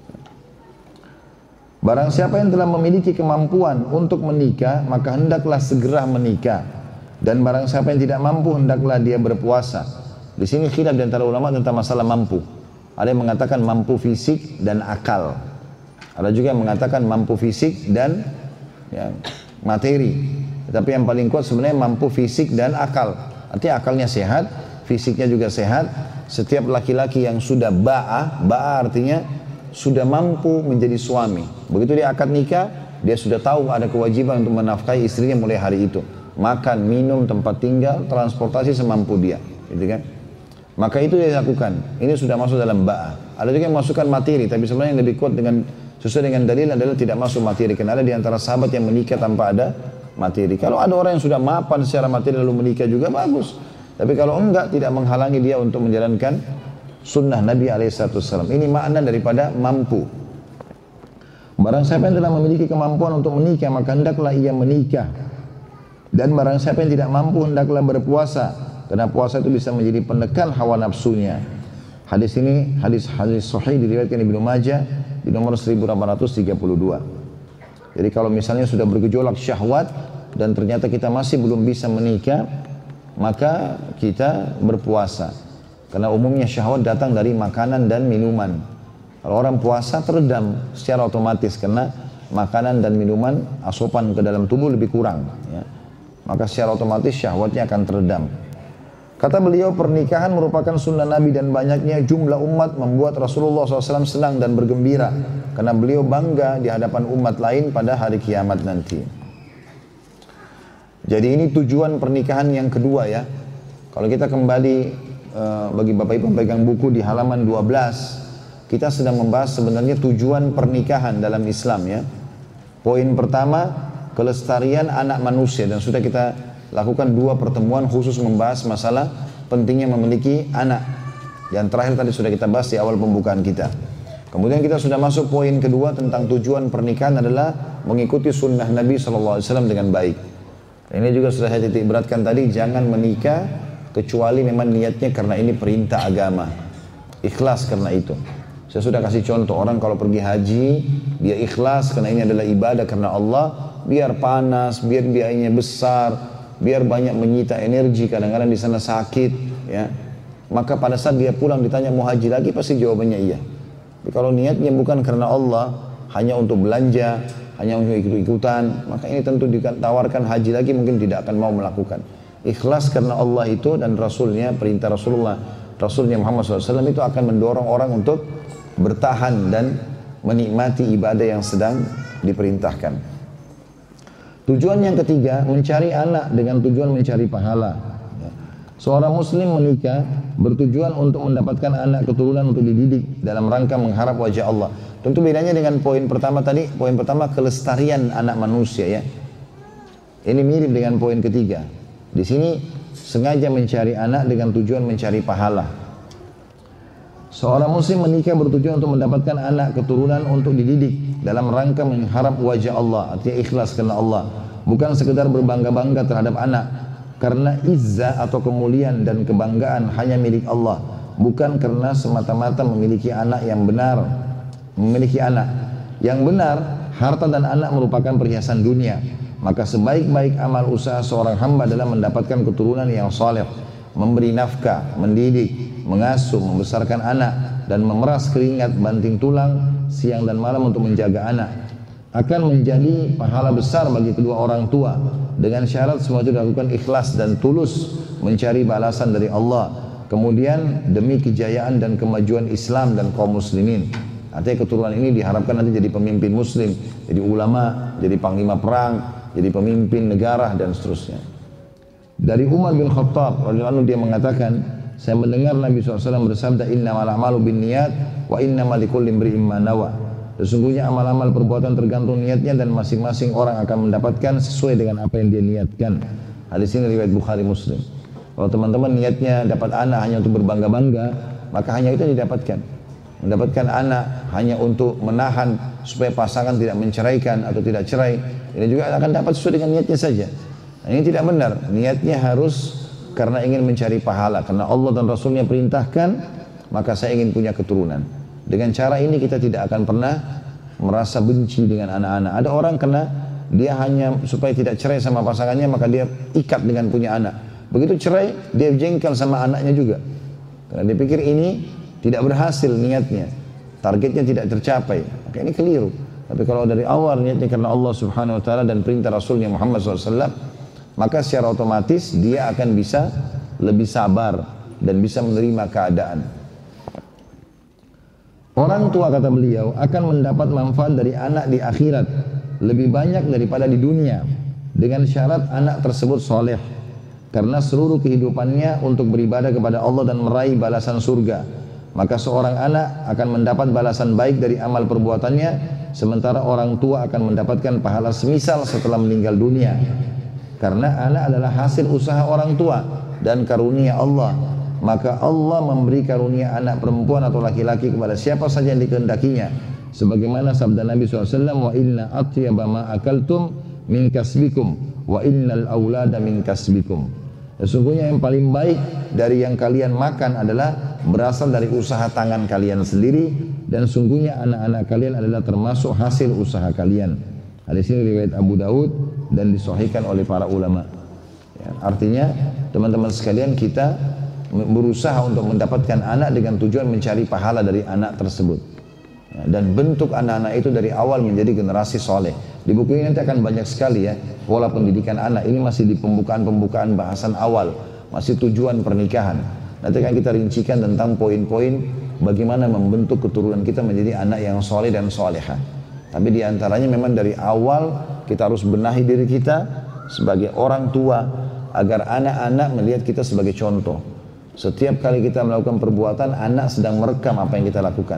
Barang siapa yang telah memiliki kemampuan untuk menikah, maka hendaklah segera menikah. Dan barang siapa yang tidak mampu, hendaklah dia berpuasa. Di sini khilaf di antara ulama tentang masalah mampu. Ada yang mengatakan mampu fisik dan akal. Ada juga yang mengatakan mampu fisik dan ya, materi. Tetapi yang paling kuat sebenarnya mampu fisik dan akal. Artinya akalnya sehat, fisiknya juga sehat. Setiap laki-laki yang sudah ba'ah artinya sudah mampu menjadi suami. Begitu dia akad nikah, dia sudah tahu ada kewajiban untuk menafkahi istrinya mulai hari itu. Makan, minum, tempat tinggal, transportasi semampu dia, gitu kan? Maka itu dia lakukan. Ini sudah masuk dalam ba'ah. Ada juga yang masukkan materi, tapi sebenarnya yang lebih kuat dengan sesuai dengan dalil adalah tidak masuk materi. Karena ada di antara sahabat yang menikah tanpa ada materi. Kalau ada orang yang sudah mapan secara materi lalu menikah juga bagus. Tapi kalau enggak, tidak menghalangi dia untuk menjalankan sunnah Nabi SAW. Ini makna daripada mampu. Barang siapa yang telah memiliki kemampuan untuk menikah, maka hendaklah ia menikah. Dan barang siapa yang tidak mampu, hendaklah berpuasa. Karena puasa itu bisa menjadi penekan hawa nafsunya. Hadis ini hadis sahih diriwayatkan Ibnu Majah di nomor 1832. Jadi kalau misalnya sudah bergejolak syahwat dan ternyata kita masih belum bisa menikah, maka kita berpuasa. Karena umumnya syahwat datang dari makanan dan minuman. Kalau orang puasa teredam secara otomatis karena makanan dan minuman asupan ke dalam tubuh lebih kurang. Ya. Maka secara otomatis syahwatnya akan teredam. Kata beliau, pernikahan merupakan sunnah Nabi dan banyaknya jumlah umat membuat Rasulullah SAW senang dan bergembira. Karena beliau bangga di hadapan umat lain pada hari kiamat nanti. Jadi ini tujuan pernikahan yang kedua ya. Kalau kita kembali bagi Bapak Ibu pegang buku di halaman 12, kita sedang membahas sebenarnya tujuan pernikahan dalam Islam ya. Poin pertama, kelestarian anak manusia, dan sudah kita lakukan 2 pertemuan khusus membahas masalah pentingnya memiliki anak. Yang terakhir tadi sudah kita bahas di awal pembukaan kita. Kemudian kita sudah masuk poin kedua tentang tujuan pernikahan adalah mengikuti sunnah Nabi SAW dengan baik. Ini juga sudah saya titik beratkan tadi, jangan menikah kecuali memang niatnya karena ini perintah agama. Ikhlas karena itu. Saya sudah kasih contoh, orang kalau pergi haji, dia ikhlas karena ini adalah ibadah karena Allah, biar panas, biar biayanya besar, biar banyak menyita energi, kadang-kadang di sana sakit, ya. Maka pada saat dia pulang ditanya mau haji lagi, pasti jawabannya iya. Tapi kalau niatnya bukan karena Allah, hanya untuk belanja, hanya untuk ikut-ikutan, maka ini tentu ditawarkan haji lagi mungkin tidak akan mau melakukan. Ikhlas karena Allah itu dan Rasulnya, perintah Rasulnya Muhammad SAW itu akan mendorong orang untuk bertahan dan menikmati ibadah yang sedang diperintahkan. Tujuan yang ketiga, mencari anak dengan tujuan mencari pahala. Seorang muslim menikah bertujuan untuk mendapatkan anak keturunan untuk dididik dalam rangka mengharap wajah Allah. Tentu bedanya dengan poin pertama tadi. Poin pertama kelestarian anak manusia ya. Ini mirip dengan poin ketiga. Di sini sengaja mencari anak dengan tujuan mencari pahala. Seorang muslim menikah bertujuan untuk mendapatkan anak keturunan untuk dididik dalam rangka mengharap wajah Allah, artinya ikhlas karena Allah, bukan sekedar berbangga-bangga terhadap anak, karena izzah atau kemuliaan dan kebanggaan hanya milik Allah, bukan karena semata-mata memiliki anak yang benar. Memiliki anak yang benar, harta dan anak merupakan perhiasan dunia, maka sebaik-baik amal usaha seorang hamba adalah mendapatkan keturunan yang saleh, memberi nafkah, mendidik, mengasuh, membesarkan anak, dan memeras keringat banting tulang siang dan malam untuk menjaga anak. Akan menjadi pahala besar bagi kedua orang tua, dengan syarat semua itu dilakukan ikhlas dan tulus mencari balasan dari Allah. Kemudian demi kejayaan dan kemajuan Islam dan kaum muslimin. Artinya keturunan ini diharapkan nanti jadi pemimpin muslim, jadi ulama, jadi panglima perang, jadi pemimpin negara dan seterusnya. Dari Umar bin Khattab radhiyallahu anhu dia mengatakan, saya mendengar Nabi SAW bersabda, innamal a'malu binniyat wa innamal likulli imri'in ma nawa. Sesungguhnya amal-amal perbuatan tergantung niatnya dan masing-masing orang akan mendapatkan sesuai dengan apa yang dia niatkan. Hadis ini riwayat Bukhari Muslim. Kalau teman-teman niatnya dapat anak hanya untuk berbangga-bangga, maka hanya itu yang didapatkan. Mendapatkan anak hanya untuk menahan supaya pasangan tidak menceraikan atau tidak cerai, ini juga akan dapat sesuai dengan niatnya saja. Nah, ini tidak benar. Niatnya harus karena ingin mencari pahala, karena Allah dan Rasulnya perintahkan, maka saya ingin punya keturunan. Dengan cara ini kita tidak akan pernah merasa benci dengan anak-anak. Ada orang kena dia hanya supaya tidak cerai sama pasangannya, maka dia ikat dengan punya anak. Begitu cerai, dia jengkel sama anaknya juga, karena dia pikir ini tidak berhasil niatnya, targetnya tidak tercapai. Maka ini keliru. Tapi kalau dari awal niatnya karena Allah Subhanahu Wa Taala dan perintah Rasulnya Muhammad SAW, maka secara otomatis dia akan bisa lebih sabar dan bisa menerima keadaan. Orang tua, kata beliau, akan mendapat manfaat dari anak di akhirat lebih banyak daripada di dunia, dengan syarat anak tersebut soleh, karena seluruh kehidupannya untuk beribadah kepada Allah dan meraih balasan surga. Maka seorang anak akan mendapat balasan baik dari amal perbuatannya, sementara orang tua akan mendapatkan pahala semisal setelah meninggal dunia. Karena anak adalah hasil usaha orang tua dan karunia Allah. Maka Allah memberi karunia anak perempuan atau laki-laki kepada siapa saja yang dikehendakinya. Sebagaimana sabda Nabi SAW, wa inna atyaba ma akaltum min kasbikum wa innal aulada min kasbikum. Sesungguhnya yang paling baik dari yang kalian makan adalah berasal dari usaha tangan kalian sendiri, dan sungguhnya anak-anak kalian adalah termasuk hasil usaha kalian. Hadis ini riwayat Abu Daud dan disahihkan oleh para ulama. Ya, artinya teman-teman sekalian, kita berusaha untuk mendapatkan anak dengan tujuan mencari pahala dari anak tersebut. Ya, dan bentuk anak-anak itu dari awal menjadi generasi soleh. Di buku ini nanti akan banyak sekali ya pola pendidikan anak. Ini masih di pembukaan bahasan awal, masih tujuan pernikahan. Nanti akan kita rincikan tentang poin-poin bagaimana membentuk keturunan kita menjadi anak yang soleh dan soleha. Tapi diantaranya memang dari awal kita harus benahi diri kita sebagai orang tua agar anak-anak melihat kita sebagai contoh. Setiap kali kita melakukan perbuatan, anak sedang merekam apa yang kita lakukan.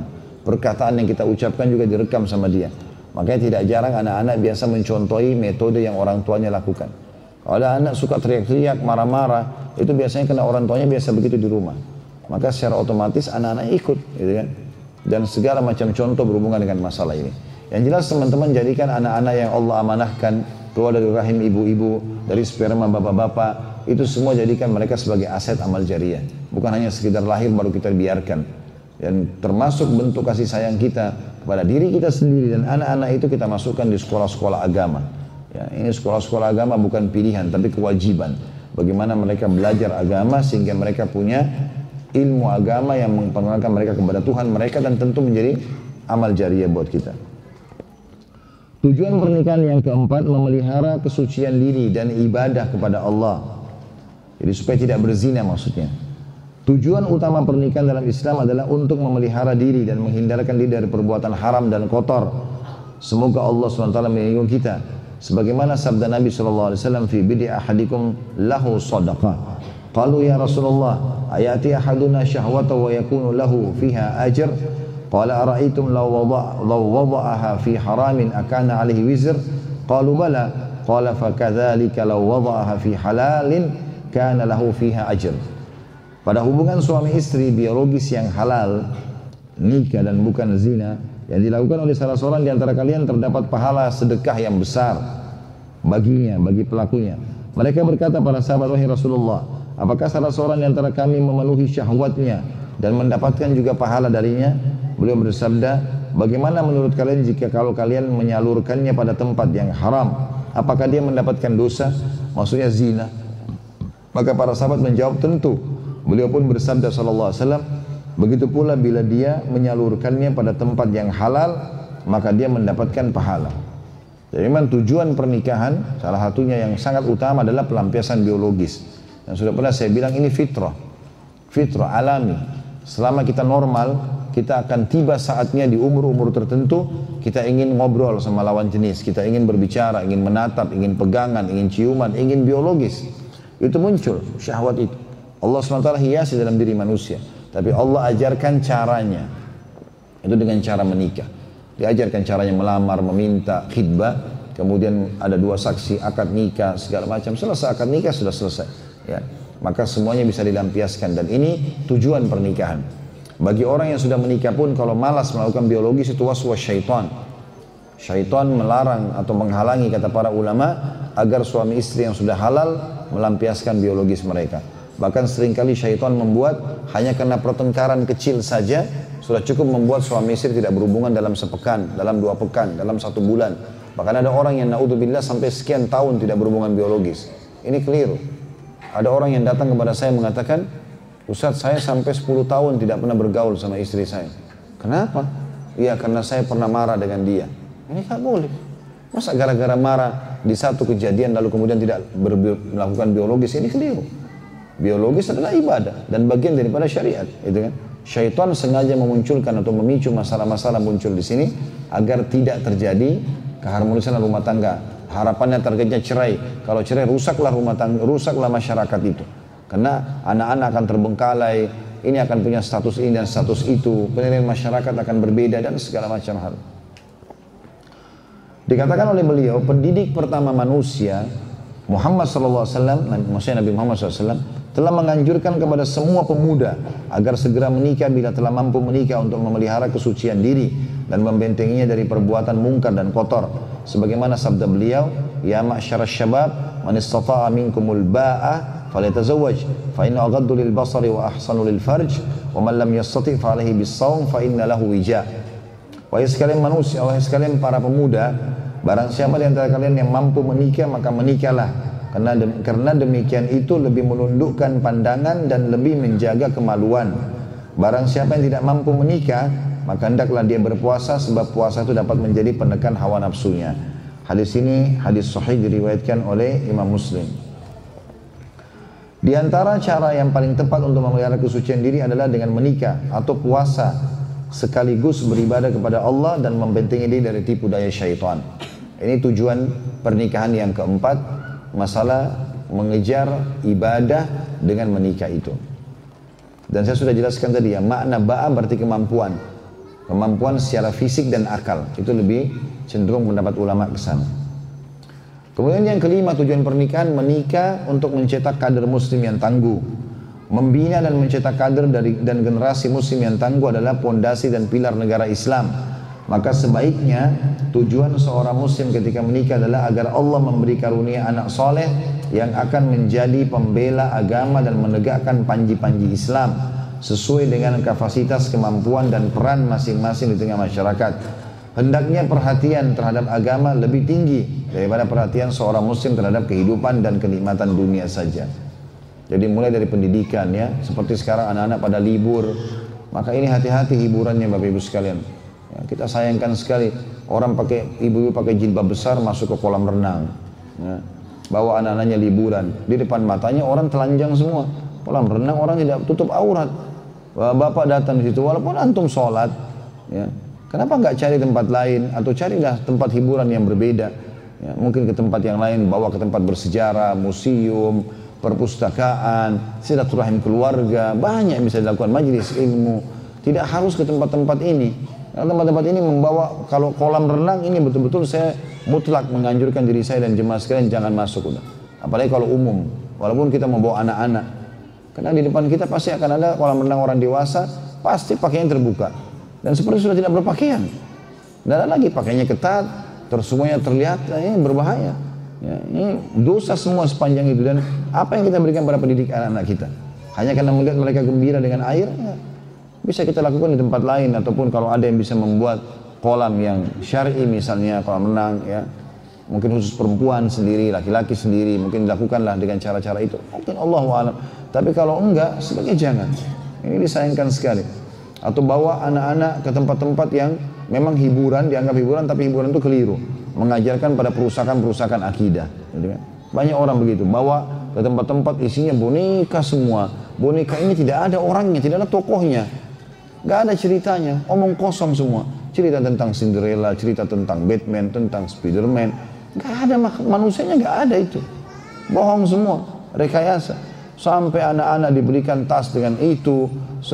perkataan yang kita ucapkan juga direkam sama dia. Makanya tidak jarang anak-anak biasa mencontohi metode yang orang tuanya lakukan. Kalau ada anak suka teriak-teriak, marah-marah, itu biasanya kena orang tuanya biasa begitu di rumah. Maka secara otomatis anak-anak ikut, gitu kan? Dan segala macam contoh berhubungan dengan masalah ini. Yang jelas teman-teman jadikan anak-anak yang Allah amanahkan keluar dari rahim ibu-ibu, dari sperma bapak-bapak, itu semua jadikan mereka sebagai aset amal jariah. Bukan hanya sekedar lahir baru kita biarkan. Dan termasuk bentuk kasih sayang kita kepada diri kita sendiri dan anak-anak itu kita masukkan di sekolah-sekolah agama. Ya, ini sekolah-sekolah agama bukan pilihan tapi kewajiban. Bagaimana mereka belajar agama sehingga mereka punya ilmu agama yang memperkenalkan mereka kepada Tuhan mereka dan tentu menjadi amal jariah buat kita. Tujuan pernikahan yang keempat, memelihara kesucian diri dan ibadah kepada Allah. Jadi supaya tidak berzina maksudnya. Tujuan utama pernikahan dalam Islam adalah untuk memelihara diri dan menghindarkan diri dari perbuatan haram dan kotor. Semoga Allah SWT melindungi kita. Sebagaimana sabda Nabi SAW, fi bidi ahadikum lahu sadaqah. Qalu ya Rasulullah, ayati ahaduna syahwata wa yakunu lahu fiha ajr. Qala ara'aytum law wada'aha fi haramin akana alaihi wizr. Qalu bala. Qala fakadzalika law wada'aha fi halalin kana lahu fiha ajr. Pada hubungan suami istri biologis yang halal, nikah dan bukan zina, yang dilakukan oleh salah seorang di antara kalian terdapat pahala sedekah yang besar baginya, bagi pelakunya. Mereka berkata para sahabat, wahai Rasulullah, apakah salah seorang di antara kami memenuhi syahwatnya dan mendapatkan juga pahala darinya? Beliau bersabda, bagaimana menurut kalian jika kalau kalian menyalurkannya pada tempat yang haram? Apakah dia mendapatkan dosa? Maksudnya zina. Maka para sahabat menjawab, tentu. Beliau pun bersabda sallallahu alaihi wasallam, begitu pula bila dia menyalurkannya pada tempat yang halal, maka dia mendapatkan pahala. Jadi memang tujuan pernikahan, salah satunya yang sangat utama adalah pelampiasan biologis. Yang sudah pernah saya bilang ini fitrah. Fitrah alami. Selama kita normal, kita akan tiba saatnya di umur-umur tertentu, kita ingin ngobrol sama lawan jenis, kita ingin berbicara, ingin menatap, ingin pegangan, ingin ciuman, ingin biologis. Itu muncul, syahwat itu. Allah SWT hiasi dalam diri manusia. Tapi Allah ajarkan caranya. Itu dengan cara menikah. Diajarkan caranya melamar, meminta, khidbah. Kemudian ada dua saksi, akad nikah, segala macam. Selesai akad nikah sudah selesai. Ya. Maka semuanya bisa dilampiaskan. Dan ini tujuan pernikahan. Bagi orang yang sudah menikah pun kalau malas melakukan biologis itu waswas syaitan. Syaitan melarang atau menghalangi kata para ulama agar suami istri yang sudah halal melampiaskan biologis mereka. Bahkan seringkali syaitan membuat hanya karena pertengkaran kecil saja sudah cukup membuat suami istri tidak berhubungan dalam sepekan, dalam 2 pekan, dalam 1 bulan. Bahkan ada orang yang naudzubillah sampai sekian tahun tidak berhubungan biologis. Ini keliru. Ada orang yang datang kepada saya mengatakan, Ustaz, saya sampai 10 tahun tidak pernah bergaul sama istri saya. Kenapa? Iya, karena saya pernah marah dengan dia. Ini tak boleh. Masa gara-gara marah di satu kejadian lalu kemudian tidak melakukan biologis, ini keliru. Biologis adalah ibadah dan bagian daripada syariat, itu kan? Syaitan sengaja memunculkan atau memicu masalah-masalah muncul di sini agar tidak terjadi keharmonisan rumah tangga. Harapannya targetnya cerai. Kalau cerai rusaklah rumah tangga, rusaklah masyarakat itu. Karena anak-anak akan terbengkalai, ini akan punya status ini dan status itu, penilaian masyarakat akan berbeda dan segala macam hal. Dikatakan oleh beliau, pendidik pertama manusia Muhammad SAW, maksudnya Nabi Muhammad SAW, telah menganjurkan kepada semua pemuda agar segera menikah bila telah mampu menikah untuk memelihara kesucian diri dan membentenginya dari perbuatan mungkar dan kotor. Sebagaimana sabda beliau, ya ma'syarasy syabab, man istata'a minkumul ba'ah falyatazawwaj, fa inna aghaddu lil basari wa ahsanu lil farj, wa man lam yastati' fa alaihi bis-shaum fa inna lahu wija. Wahai sekalian manusia, wahai sekalian para pemuda, barang siapa di antara kalian yang mampu menikah maka menikahlah, karena demikian itu lebih menundukkan pandangan dan lebih menjaga kemaluan. Barang siapa yang tidak mampu menikah maka hendaklah dia berpuasa, sebab puasa itu dapat menjadi penekan hawa nafsunya. Hadis ini hadis sahih diriwayatkan oleh Imam Muslim. Di antara cara yang paling tepat untuk memelihara kesucian diri adalah dengan menikah atau puasa, sekaligus beribadah kepada Allah dan membentengi diri dari tipu daya syaitan. Ini tujuan pernikahan yang keempat, masalah mengejar ibadah dengan menikah itu. Dan saya sudah jelaskan tadi ya, makna ba'a berarti kemampuan. Kemampuan secara fisik dan akal, itu lebih cenderung pendapat ulama ke sana. Kemudian yang kelima, tujuan pernikahan, menikah untuk mencetak kader muslim yang tangguh. Membina dan mencetak kader dan generasi muslim yang tangguh adalah pondasi dan pilar negara Islam. Maka sebaiknya tujuan seorang muslim ketika menikah adalah agar Allah memberi karunia anak soleh yang akan menjadi pembela agama dan menegakkan panji-panji Islam sesuai dengan kapasitas, kemampuan dan peran masing-masing di tengah masyarakat. Hendaknya perhatian terhadap agama lebih tinggi daripada perhatian seorang muslim terhadap kehidupan dan kenikmatan dunia saja. Jadi mulai dari pendidikan ya, seperti sekarang anak-anak pada libur, maka ini hati-hati hiburannya Bapak Ibu sekalian. Ya, kita sayangkan sekali orang ibu-ibu pakai jilbab besar masuk ke kolam renang, ya, bawa anak-anaknya liburan, di depan matanya orang telanjang semua. Kolam renang orang tidak tutup aurat. Bapak datang di situ walaupun antum sholat, ya, kenapa nggak cari tempat lain atau carilah tempat hiburan yang berbeda, ya, mungkin ke tempat yang lain, bawa ke tempat bersejarah, museum, perpustakaan, silaturahim keluarga, banyak yang bisa dilakukan, majelis ilmu. Tidak harus ke tempat-tempat ini. Karena tempat-tempat ini membawa, kalau kolam renang ini betul-betul saya mutlak menganjurkan diri saya dan jemaah sekalian jangan masuk udah. Apalagi kalau umum, walaupun kita membawa anak-anak. Karena di depan kita pasti akan ada kolam renang orang dewasa, pasti pakaian terbuka. Dan seperti sudah tidak berpakaian. Dan ada lagi pakaiannya ketat, terus semuanya terlihat, ini berbahaya. Ya, ini dosa semua sepanjang itu. Dan apa yang kita berikan pada pendidik anak-anak kita? Hanya karena melihat mereka gembira dengan air, ya, bisa kita lakukan di tempat lain. Ataupun kalau ada yang bisa membuat kolam yang syar'i misalnya, kolam renang, ya, mungkin khusus perempuan sendiri, laki-laki sendiri, mungkin dilakukanlah dengan cara-cara itu. Mungkin Allahu a'lam. Tapi kalau enggak, sebaiknya jangan. Ini disayangkan sekali. Atau bawa anak-anak ke tempat-tempat yang memang hiburan, dianggap hiburan, tapi hiburan itu keliru. Mengajarkan pada perusakan-perusakan akidah. Banyak orang begitu, bawa ke tempat-tempat isinya boneka semua. Boneka ini tidak ada orangnya, tidak ada tokohnya. Gak ada ceritanya, omong kosong semua. Cerita tentang Cinderella, cerita tentang Batman, tentang Spiderman. Gak ada manusianya, gak ada itu. Bohong semua, rekayasa. Sampai anak-anak diberikan tas dengan itu,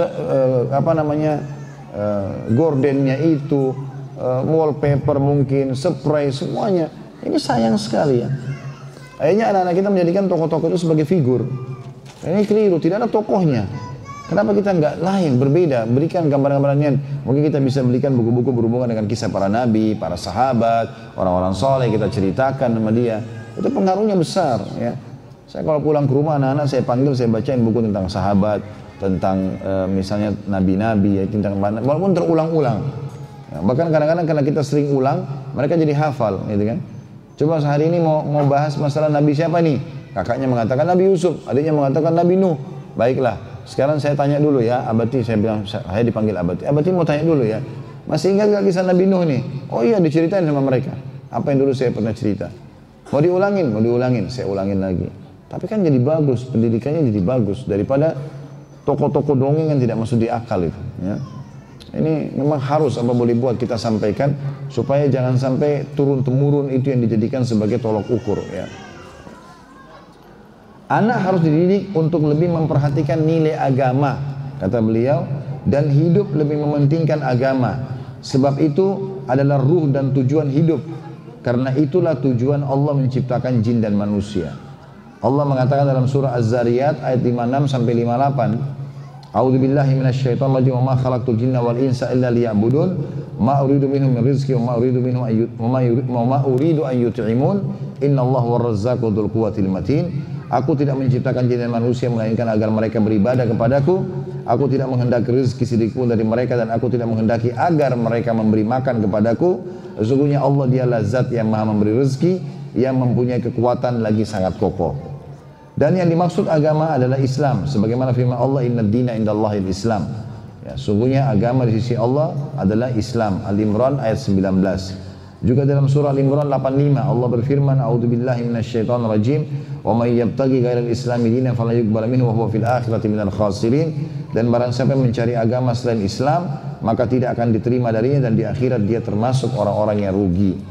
gordennya itu, wallpaper mungkin, spray, semuanya. Ini sayang sekali ya. Akhirnya anak-anak kita menjadikan tokoh-tokoh itu sebagai figur. Ini keliru, tidak ada tokohnya. Kenapa kita nggak lain, berbeda, berikan gambar-gambarannya. Mungkin kita bisa belikan buku-buku berhubungan dengan kisah para nabi, para sahabat, orang-orang soleh, kita ceritakan sama dia. Itu pengaruhnya besar ya. Saya kalau pulang ke rumah anak-anak saya panggil, saya bacain buku tentang sahabat, tentang misalnya nabi-nabi, ya, tentang mana, walaupun terulang-ulang. Ya, bahkan kadang-kadang karena kita sering ulang, mereka jadi hafal, gitu kan. Coba sehari ini mau bahas masalah nabi siapa nih? Kakaknya mengatakan Nabi Yusuf, adiknya mengatakan Nabi Nuh. Baiklah, sekarang saya tanya dulu ya, Abati, saya bilang, saya dipanggil Abati. Abati mau tanya dulu ya, masih ingat gak kisah Nabi Nuh nih? Oh iya, diceritain sama mereka. Apa yang dulu saya pernah cerita. Mau diulangin, saya ulangin lagi. Tapi kan jadi bagus, pendidikannya jadi bagus daripada tokoh-tokoh dongeng yang tidak masuk di akal itu. Ya. Ini memang harus apa boleh buat kita sampaikan supaya jangan sampai turun-temurun itu yang dijadikan sebagai tolok ukur. Ya. Anak harus dididik untuk lebih memperhatikan nilai agama, kata beliau, dan hidup lebih mementingkan agama. Sebab itu adalah ruh dan tujuan hidup. Karena itulah tujuan Allah menciptakan jin dan manusia. Allah mengatakan dalam surah Az-Zariyat ayat 56 sampai 58, A'udzubillahi minasyaitonir rajim, wa ma khalaqtul jinna wal insa illa liya'budun, ma uridu minhum min rizqin wa ma uridu minhum an yut'imun, innallaha war-razzaqu dzul quwwatil matin. Aku tidak menciptakan jin dan manusia melainkan agar mereka beribadah kepadaku. Aku tidak menghendaki rezeki sedikit pun dari mereka dan aku tidak menghendaki agar mereka memberi makan kepadaku. Sesungguhnya Allah dialah zat yang maha memberi rezeki, yang mempunyai kekuatan lagi sangat kokoh. Dan yang dimaksud agama adalah Islam, sebagaimana firman Allah, Inna dina indallahil Islam. Ya, sungguhnya agama di sisi Allah adalah Islam. Al-Imran ayat 19. Juga dalam surah Al-Imran 85 Allah berfirman, A'udzubillahi minasyaitonir rajim, wa may yabtaghi ghairal islami dinan fala yuqbal minhu wa huwa fil akhirati minal khasirin. Dan barang siapa mencari agama selain Islam, maka tidak akan diterima darinya dan di akhirat dia termasuk orang-orang yang rugi.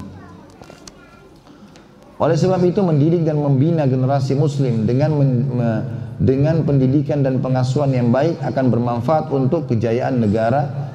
Oleh sebab itu mendidik dan membina generasi muslim dengan pendidikan dan pengasuhan yang baik akan bermanfaat untuk kejayaan negara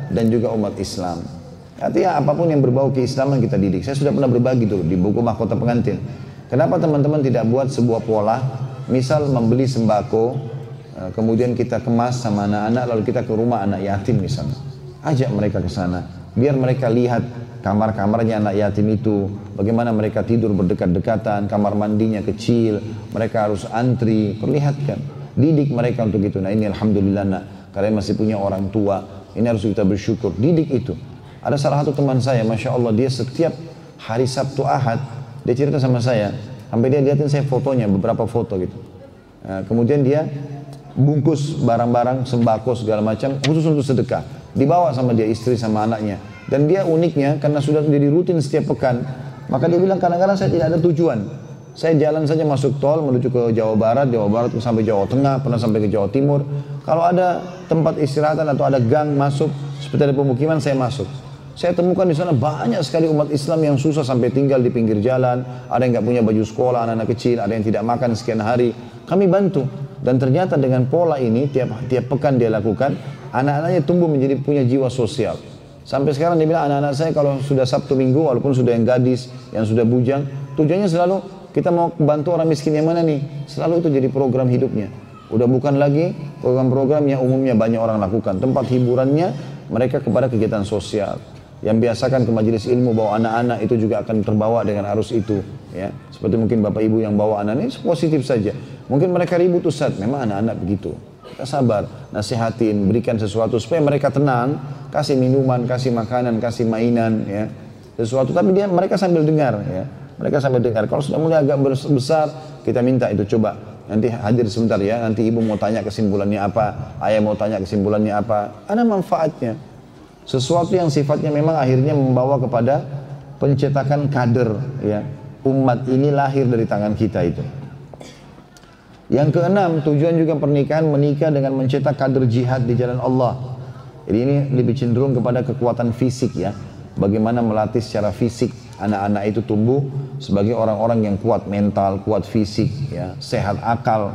dan juga umat Islam. Artinya apapun yang berbau keislaman kita didik. Saya sudah pernah berbagi tuh di buku Mahkota Pengantin. Kenapa teman-teman tidak buat sebuah pola, misal membeli sembako, kemudian kita kemas sama anak-anak, lalu kita ke rumah anak yatim misalnya. Ajak mereka ke sana, biar mereka lihat kamar-kamarnya anak yatim itu, bagaimana mereka tidur berdekat-dekatan, kamar mandinya kecil, mereka harus antri, perlihatkan. Didik mereka untuk itu. Nah ini alhamdulillah nak, kalian masih punya orang tua, ini harus kita bersyukur, didik itu. Ada salah satu teman saya, Masya Allah, dia setiap hari Sabtu Ahad, dia cerita sama saya, sampai dia lihatin saya fotonya, beberapa foto gitu. Nah, kemudian dia bungkus barang-barang, sembako segala macam, khusus untuk sedekah. Dibawa sama dia istri sama anaknya. Dan dia uniknya, karena sudah jadi rutin setiap pekan, maka dia bilang kadang-kadang saya tidak ada tujuan. Saya jalan saja masuk tol menuju ke Jawa Barat sampai Jawa Tengah, pernah sampai ke Jawa Timur. Kalau ada tempat istirahatan atau ada gang masuk, seperti ada pemukiman, saya masuk. Saya temukan di sana banyak sekali umat Islam yang susah sampai tinggal di pinggir jalan. Ada yang nggak punya baju sekolah, anak-anak kecil, ada yang tidak makan sekian hari. Kami bantu. Dan ternyata dengan pola ini, tiap pekan dia lakukan, anak-anaknya tumbuh menjadi punya jiwa sosial. Sampai sekarang dia bilang, anak-anak saya kalau sudah Sabtu Minggu, walaupun sudah yang gadis, yang sudah bujang, tujuannya selalu, kita mau bantu orang miskin yang mana nih? Selalu itu jadi program hidupnya. Udah bukan lagi program-program yang umumnya banyak orang lakukan. Tempat hiburannya, mereka kepada kegiatan sosial. Yang biasakan ke majelis ilmu bawa anak-anak itu juga akan terbawa dengan arus itu, ya. Seperti mungkin bapak ibu yang bawa anak ini positif saja. Mungkin mereka ribut Ustaz, memang anak-anak begitu. Kita sabar, nasihatin, berikan sesuatu supaya mereka tenang, kasih minuman, kasih makanan, kasih mainan, ya. Sesuatu, tapi mereka sambil dengar, ya. Mereka sambil dengar. Kalau sudah mulai agak besar, kita minta itu coba. Nanti hadir sebentar ya, nanti ibu mau tanya kesimpulannya apa, ayah mau tanya kesimpulannya apa. Ada manfaatnya. Sesuatu yang sifatnya memang akhirnya membawa kepada pencetakan kader, ya. Umat ini lahir dari tangan kita itu. Yang keenam, tujuan juga pernikahan, menikah dengan mencetak kader jihad di jalan Allah. Jadi ini lebih cenderung kepada kekuatan fisik, ya. Bagaimana melatih secara fisik anak-anak itu tumbuh sebagai orang-orang yang kuat mental, kuat fisik, ya, sehat akal.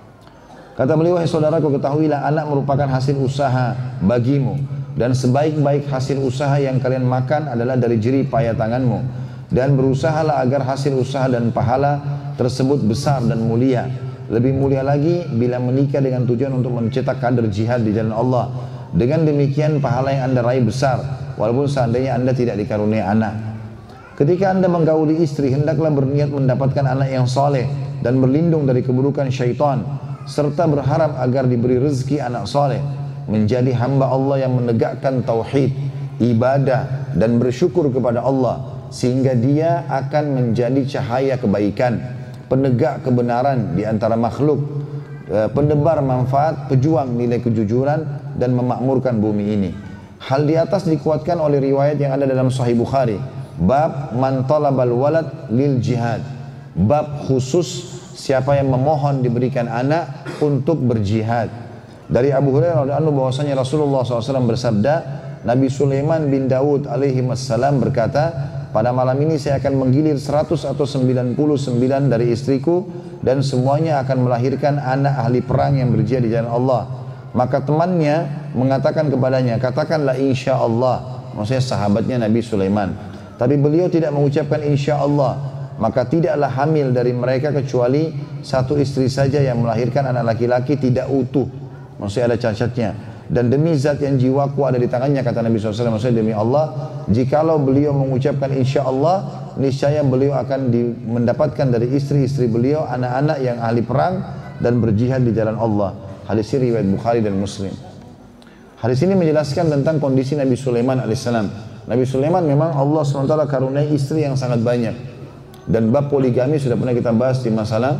Kata beliau, "Hai saudaraku, ketahuilah anak merupakan hasil usaha bagimu. Dan sebaik-baik hasil usaha yang kalian makan adalah dari jerih payah tanganmu. Dan berusahalah agar hasil usaha dan pahala tersebut besar dan mulia. Lebih mulia lagi bila menikah dengan tujuan untuk mencetak kader jihad di jalan Allah. Dengan demikian pahala yang anda raih besar, walaupun seandainya anda tidak dikaruniai anak. Ketika anda menggauli istri, hendaklah berniat mendapatkan anak yang soleh dan berlindung dari keburukan syaitan, serta berharap agar diberi rezeki anak soleh. Menjadi hamba Allah yang menegakkan tauhid, ibadah dan bersyukur kepada Allah, sehingga dia akan menjadi cahaya kebaikan, penegak kebenaran di antara makhluk, pendebar manfaat, pejuang nilai kejujuran dan memakmurkan bumi ini. Hal di atas dikuatkan oleh riwayat yang ada dalam Sahih Bukhari, bab man talabal walad lil jihad, bab khusus siapa yang memohon diberikan anak untuk berjihad. Dari Abu Hurairah radhiyallahu anhu bahwasanya Rasulullah SAW bersabda, Nabi Sulaiman bin Daud alaihi wassalam berkata, pada malam ini saya akan menggilir 100 atau 99 dari istriku dan semuanya akan melahirkan anak ahli perang yang berjihad di jalan Allah. Maka temannya mengatakan kepadanya, katakanlah insya Allah, maksudnya sahabatnya Nabi Sulaiman. Tapi beliau tidak mengucapkan insya Allah, maka tidaklah hamil dari mereka kecuali satu istri saja yang melahirkan anak laki-laki tidak utuh. Maksudnya ada cacatnya. Dan demi zat yang jiwaku ada di tangannya, kata Nabi SAW, maksudnya demi Allah, jikalau beliau mengucapkan insya Allah, niscaya beliau akan mendapatkan dari istri-istri beliau anak-anak yang ahli perang dan berjihad di jalan Allah. Hadis ini riwayat Bukhari dan Muslim. Hadis ini menjelaskan tentang kondisi Nabi Sulaiman alaihissalam. Nabi Sulaiman memang Allah SWT karuniai istri yang sangat banyak. Dan bab poligami sudah pernah kita bahas di masalah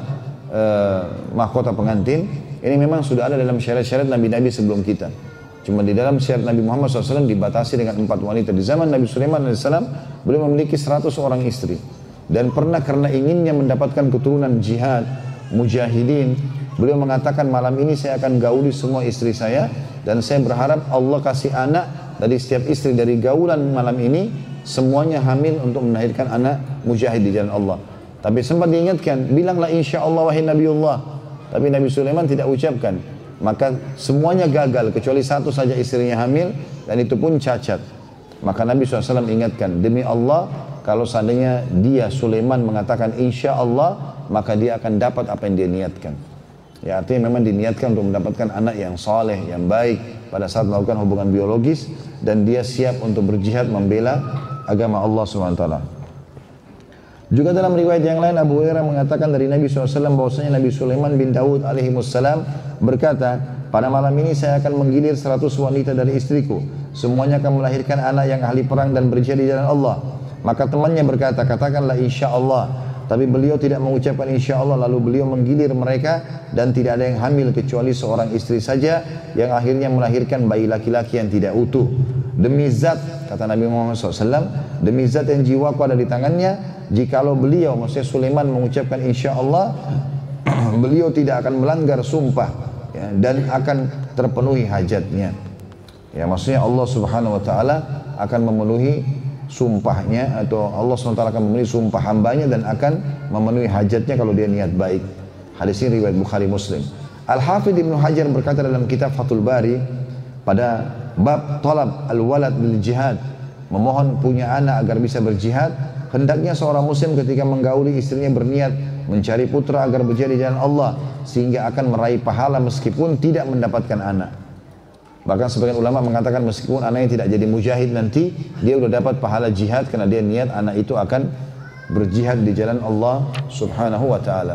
mahkota pengantin. Ini memang sudah ada dalam syariat-syariat Nabi-Nabi sebelum kita. Cuma di dalam syariat Nabi Muhammad SAW dibatasi dengan 4 wanita. Di zaman Nabi Sulaiman AS, beliau memiliki 100 orang istri. Dan pernah karena inginnya mendapatkan keturunan jihad, mujahidin, beliau mengatakan malam ini saya akan gauli semua istri saya. Dan saya berharap Allah kasih anak dari setiap istri dari gaulan malam ini, semuanya hamil untuk melahirkan anak mujahid di jalan Allah. Tapi sempat diingatkan, bilanglah insya Allah wahai Nabiullah. Tapi Nabi Sulaiman tidak ucapkan. maka semuanya gagal kecuali satu saja istrinya hamil dan itu pun cacat. Maka Nabi SAW ingatkan, demi Allah kalau seandainya dia Sulaiman mengatakan insya Allah, maka dia akan dapat apa yang dia niatkan. Ya, artinya memang diniatkan untuk mendapatkan anak yang saleh, yang baik pada saat melakukan hubungan biologis, dan dia siap untuk berjihad membela agama Allah SWT. Juga dalam riwayat yang lain Abu Hurairah mengatakan dari Nabi SAW bahwasanya Nabi Sulaiman bin Daud alaihissalam berkata, pada malam ini saya akan menggilir 100 wanita dari istriku, semuanya akan melahirkan anak yang ahli perang dan berjihad di jalan Allah. Maka temannya berkata, katakanlah insya Allah. Tapi beliau tidak mengucapkan insya Allah, lalu beliau menggilir mereka dan tidak ada yang hamil kecuali seorang istri saja yang akhirnya melahirkan bayi laki-laki yang tidak utuh. Demi zat, kata Nabi Muhammad SAW, demi zat yang jiwaku ada di tangannya, jikalau beliau, maksudnya Sulaiman mengucapkan insya Allah, beliau tidak akan melanggar sumpah, ya, dan akan terpenuhi hajatnya. Ya, maksudnya Allah Subhanahu Wa Taala akan memenuhi sumpahnya, atau Allah SWT akan memenuhi sumpah hambanya dan akan memenuhi hajatnya kalau dia niat baik. Hadis ini riwayat Bukhari Muslim. Al-Hafidh Ibnu Hajar berkata dalam kitab Fathul Bari pada bab talab al-walad bil jihad, memohon punya anak agar bisa berjihad, hendaknya seorang muslim ketika menggauli istrinya berniat mencari putra agar berjihad di jalan Allah sehingga akan meraih pahala meskipun tidak mendapatkan anak. Bahkan sebagian ulama mengatakan meskipun anaknya tidak jadi mujahid nanti, dia sudah dapat pahala jihad karena dia niat anak itu akan berjihad di jalan Allah Subhanahu Wa Taala.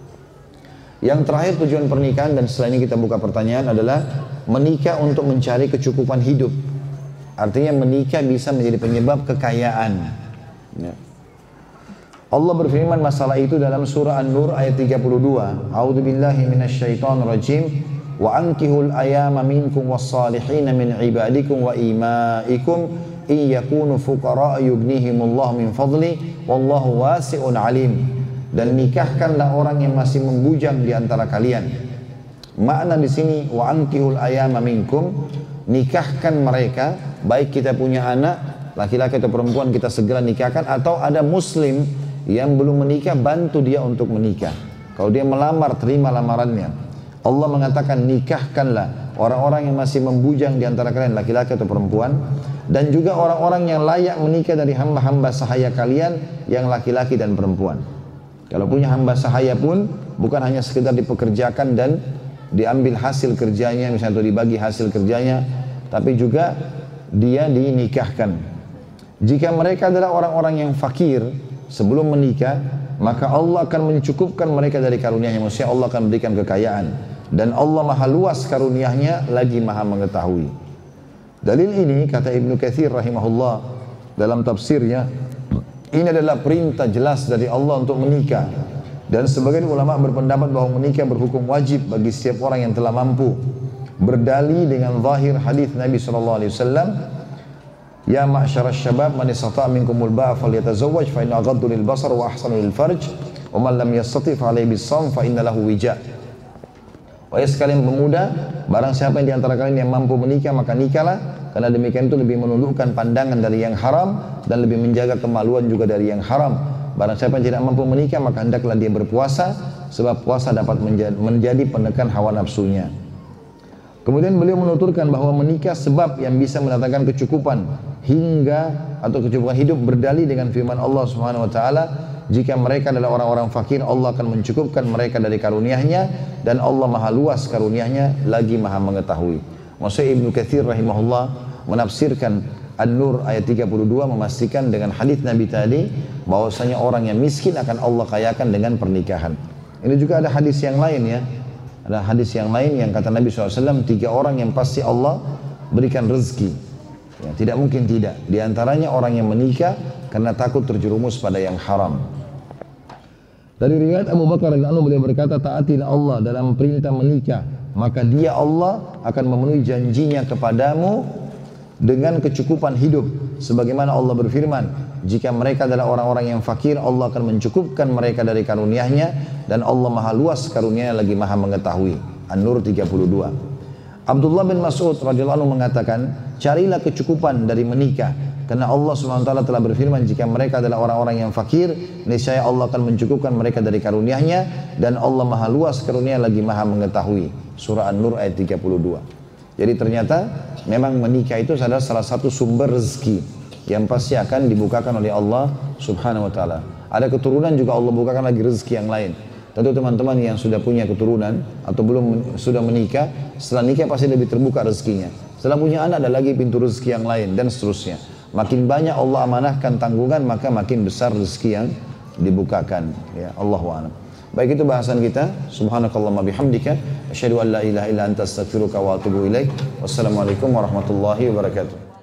Yang terakhir tujuan pernikahan, dan setelah ini kita buka pertanyaan, adalah menikah untuk mencari kecukupan hidup. Artinya menikah bisa menjadi penyebab kekayaan. Ya. Allah berfirman masalah itu dalam surah An-Nur ayat 32. A'udzubillahi minasyaitonirrajim. Wa ankihul ayama minkum was-salihin min ibadikum wa imaikum iyakunu fuqara yughnihimullahu min fadli wallahu wasi'un alim. Dan nikahkanlah orang yang masih membujang di antara kalian. Makna di sini wa ankihul ayama minkum, nikahkan mereka, baik kita punya anak laki-laki atau perempuan kita segera nikahkan, atau ada muslim yang belum menikah bantu dia untuk menikah. Kalau dia melamar, terima lamarannya. Allah mengatakan nikahkanlah orang-orang yang masih membujang di antara kalian, laki-laki atau perempuan, dan juga orang-orang yang layak menikah dari hamba-hamba sahaya kalian yang laki-laki dan perempuan. Kalau punya hamba sahaya pun bukan hanya sekedar dipekerjakan dan diambil hasil kerjanya, misalnya atau dibagi hasil kerjanya, tapi juga dia dinikahkan. Jika mereka adalah orang-orang yang fakir sebelum menikah, maka Allah akan mencukupkan mereka dari karunia-Nya. Maksudnya Allah akan berikan kekayaan. Dan Allah maha luas karunia-Nya lagi maha mengetahui. Dalil ini kata Ibnu Katsir rahimahullah dalam tafsirnya, ini adalah perintah jelas dari Allah untuk menikah. Dan sebagian ulama berpendapat bahwa menikah berhukum wajib bagi setiap orang yang telah mampu. Berdalil dengan zahir hadis Nabi SAW, ya ma'syarasy syabab man istata'a minkumul ba'a falyatazawwaj fa inna aghaddu lil basar wa ahsanu lil farj wa man lam yastati' fa alayhi bis shaum fa inna lahu wija'. Wahai sekalian pemuda, barang siapa yang di antara kalian yang mampu menikah, maka nikahlah, karena demikian itu lebih menundukkan pandangan dari yang haram dan lebih menjaga kemaluan juga dari yang haram. Barang siapa yang tidak mampu menikah, maka hendaklah dia berpuasa, sebab puasa dapat menjadi penekan hawa nafsunya. Kemudian beliau menuturkan bahwa menikah sebab yang bisa mendatangkan kecukupan hingga atau kecukupan hidup, berdalil dengan firman Allah Subhanahu Wa Taala, jika mereka adalah orang-orang fakir, Allah akan mencukupkan mereka dari karunia-Nya, dan Allah maha luas karunia-Nya lagi maha mengetahui. Maksudnya Ibnu Katsir rahimahullah menafsirkan An-Nur ayat 32 memastikan dengan hadis Nabi tadi bahwasanya orang yang miskin akan Allah kayakan dengan pernikahan. Ini juga ada hadis yang lain ya. Ada hadis yang lain yang kata Nabi SAW, 3 orang yang pasti Allah berikan rezeki. Ya, tidak mungkin tidak. Di antaranya orang yang menikah karena takut terjerumus pada yang haram. Dari riwayat Abu Bakar radhiyallahu anhu beliau berkata, taatilah Allah dalam perintah menikah, maka dia Allah akan memenuhi janjinya kepadamu dengan kecukupan hidup. Sebagaimana Allah berfirman, jika mereka adalah orang-orang yang fakir, Allah akan mencukupkan mereka dari karunia-Nya, dan Allah maha luas karunia-Nya lagi maha mengetahui. An-Nur 32. Abdullah bin Mas'ud radhiyallahu anhu mengatakan, carilah kecukupan dari menikah, karena Allah SWT telah berfirman, jika mereka adalah orang-orang yang fakir, niscaya Allah akan mencukupkan mereka dari karunia-Nya, dan Allah maha luas karunia lagi maha mengetahui. Surah An-Nur ayat 32. Jadi ternyata memang menikah itu adalah salah satu sumber rezeki yang pasti akan dibukakan oleh Allah Subhanahu wa taala. Ada keturunan juga Allah bukakan lagi rezeki yang lain. Tentu teman-teman yang sudah punya keturunan atau belum sudah menikah, setelah nikah pasti lebih terbuka rezekinya. Setelah punya anak ada lagi pintu rezeki yang lain dan seterusnya. Makin banyak Allah amanahkan tanggungan, maka makin besar rezeki yang dibukakan. Ya, Allahu a'lam. Baik, itu bahasan kita. Subhanakallahumma bihamdika asyhadu an la ilaha illa anta astaghfiruka wa atubu ilaik. Wassalamualaikum warahmatullahi wabarakatuh.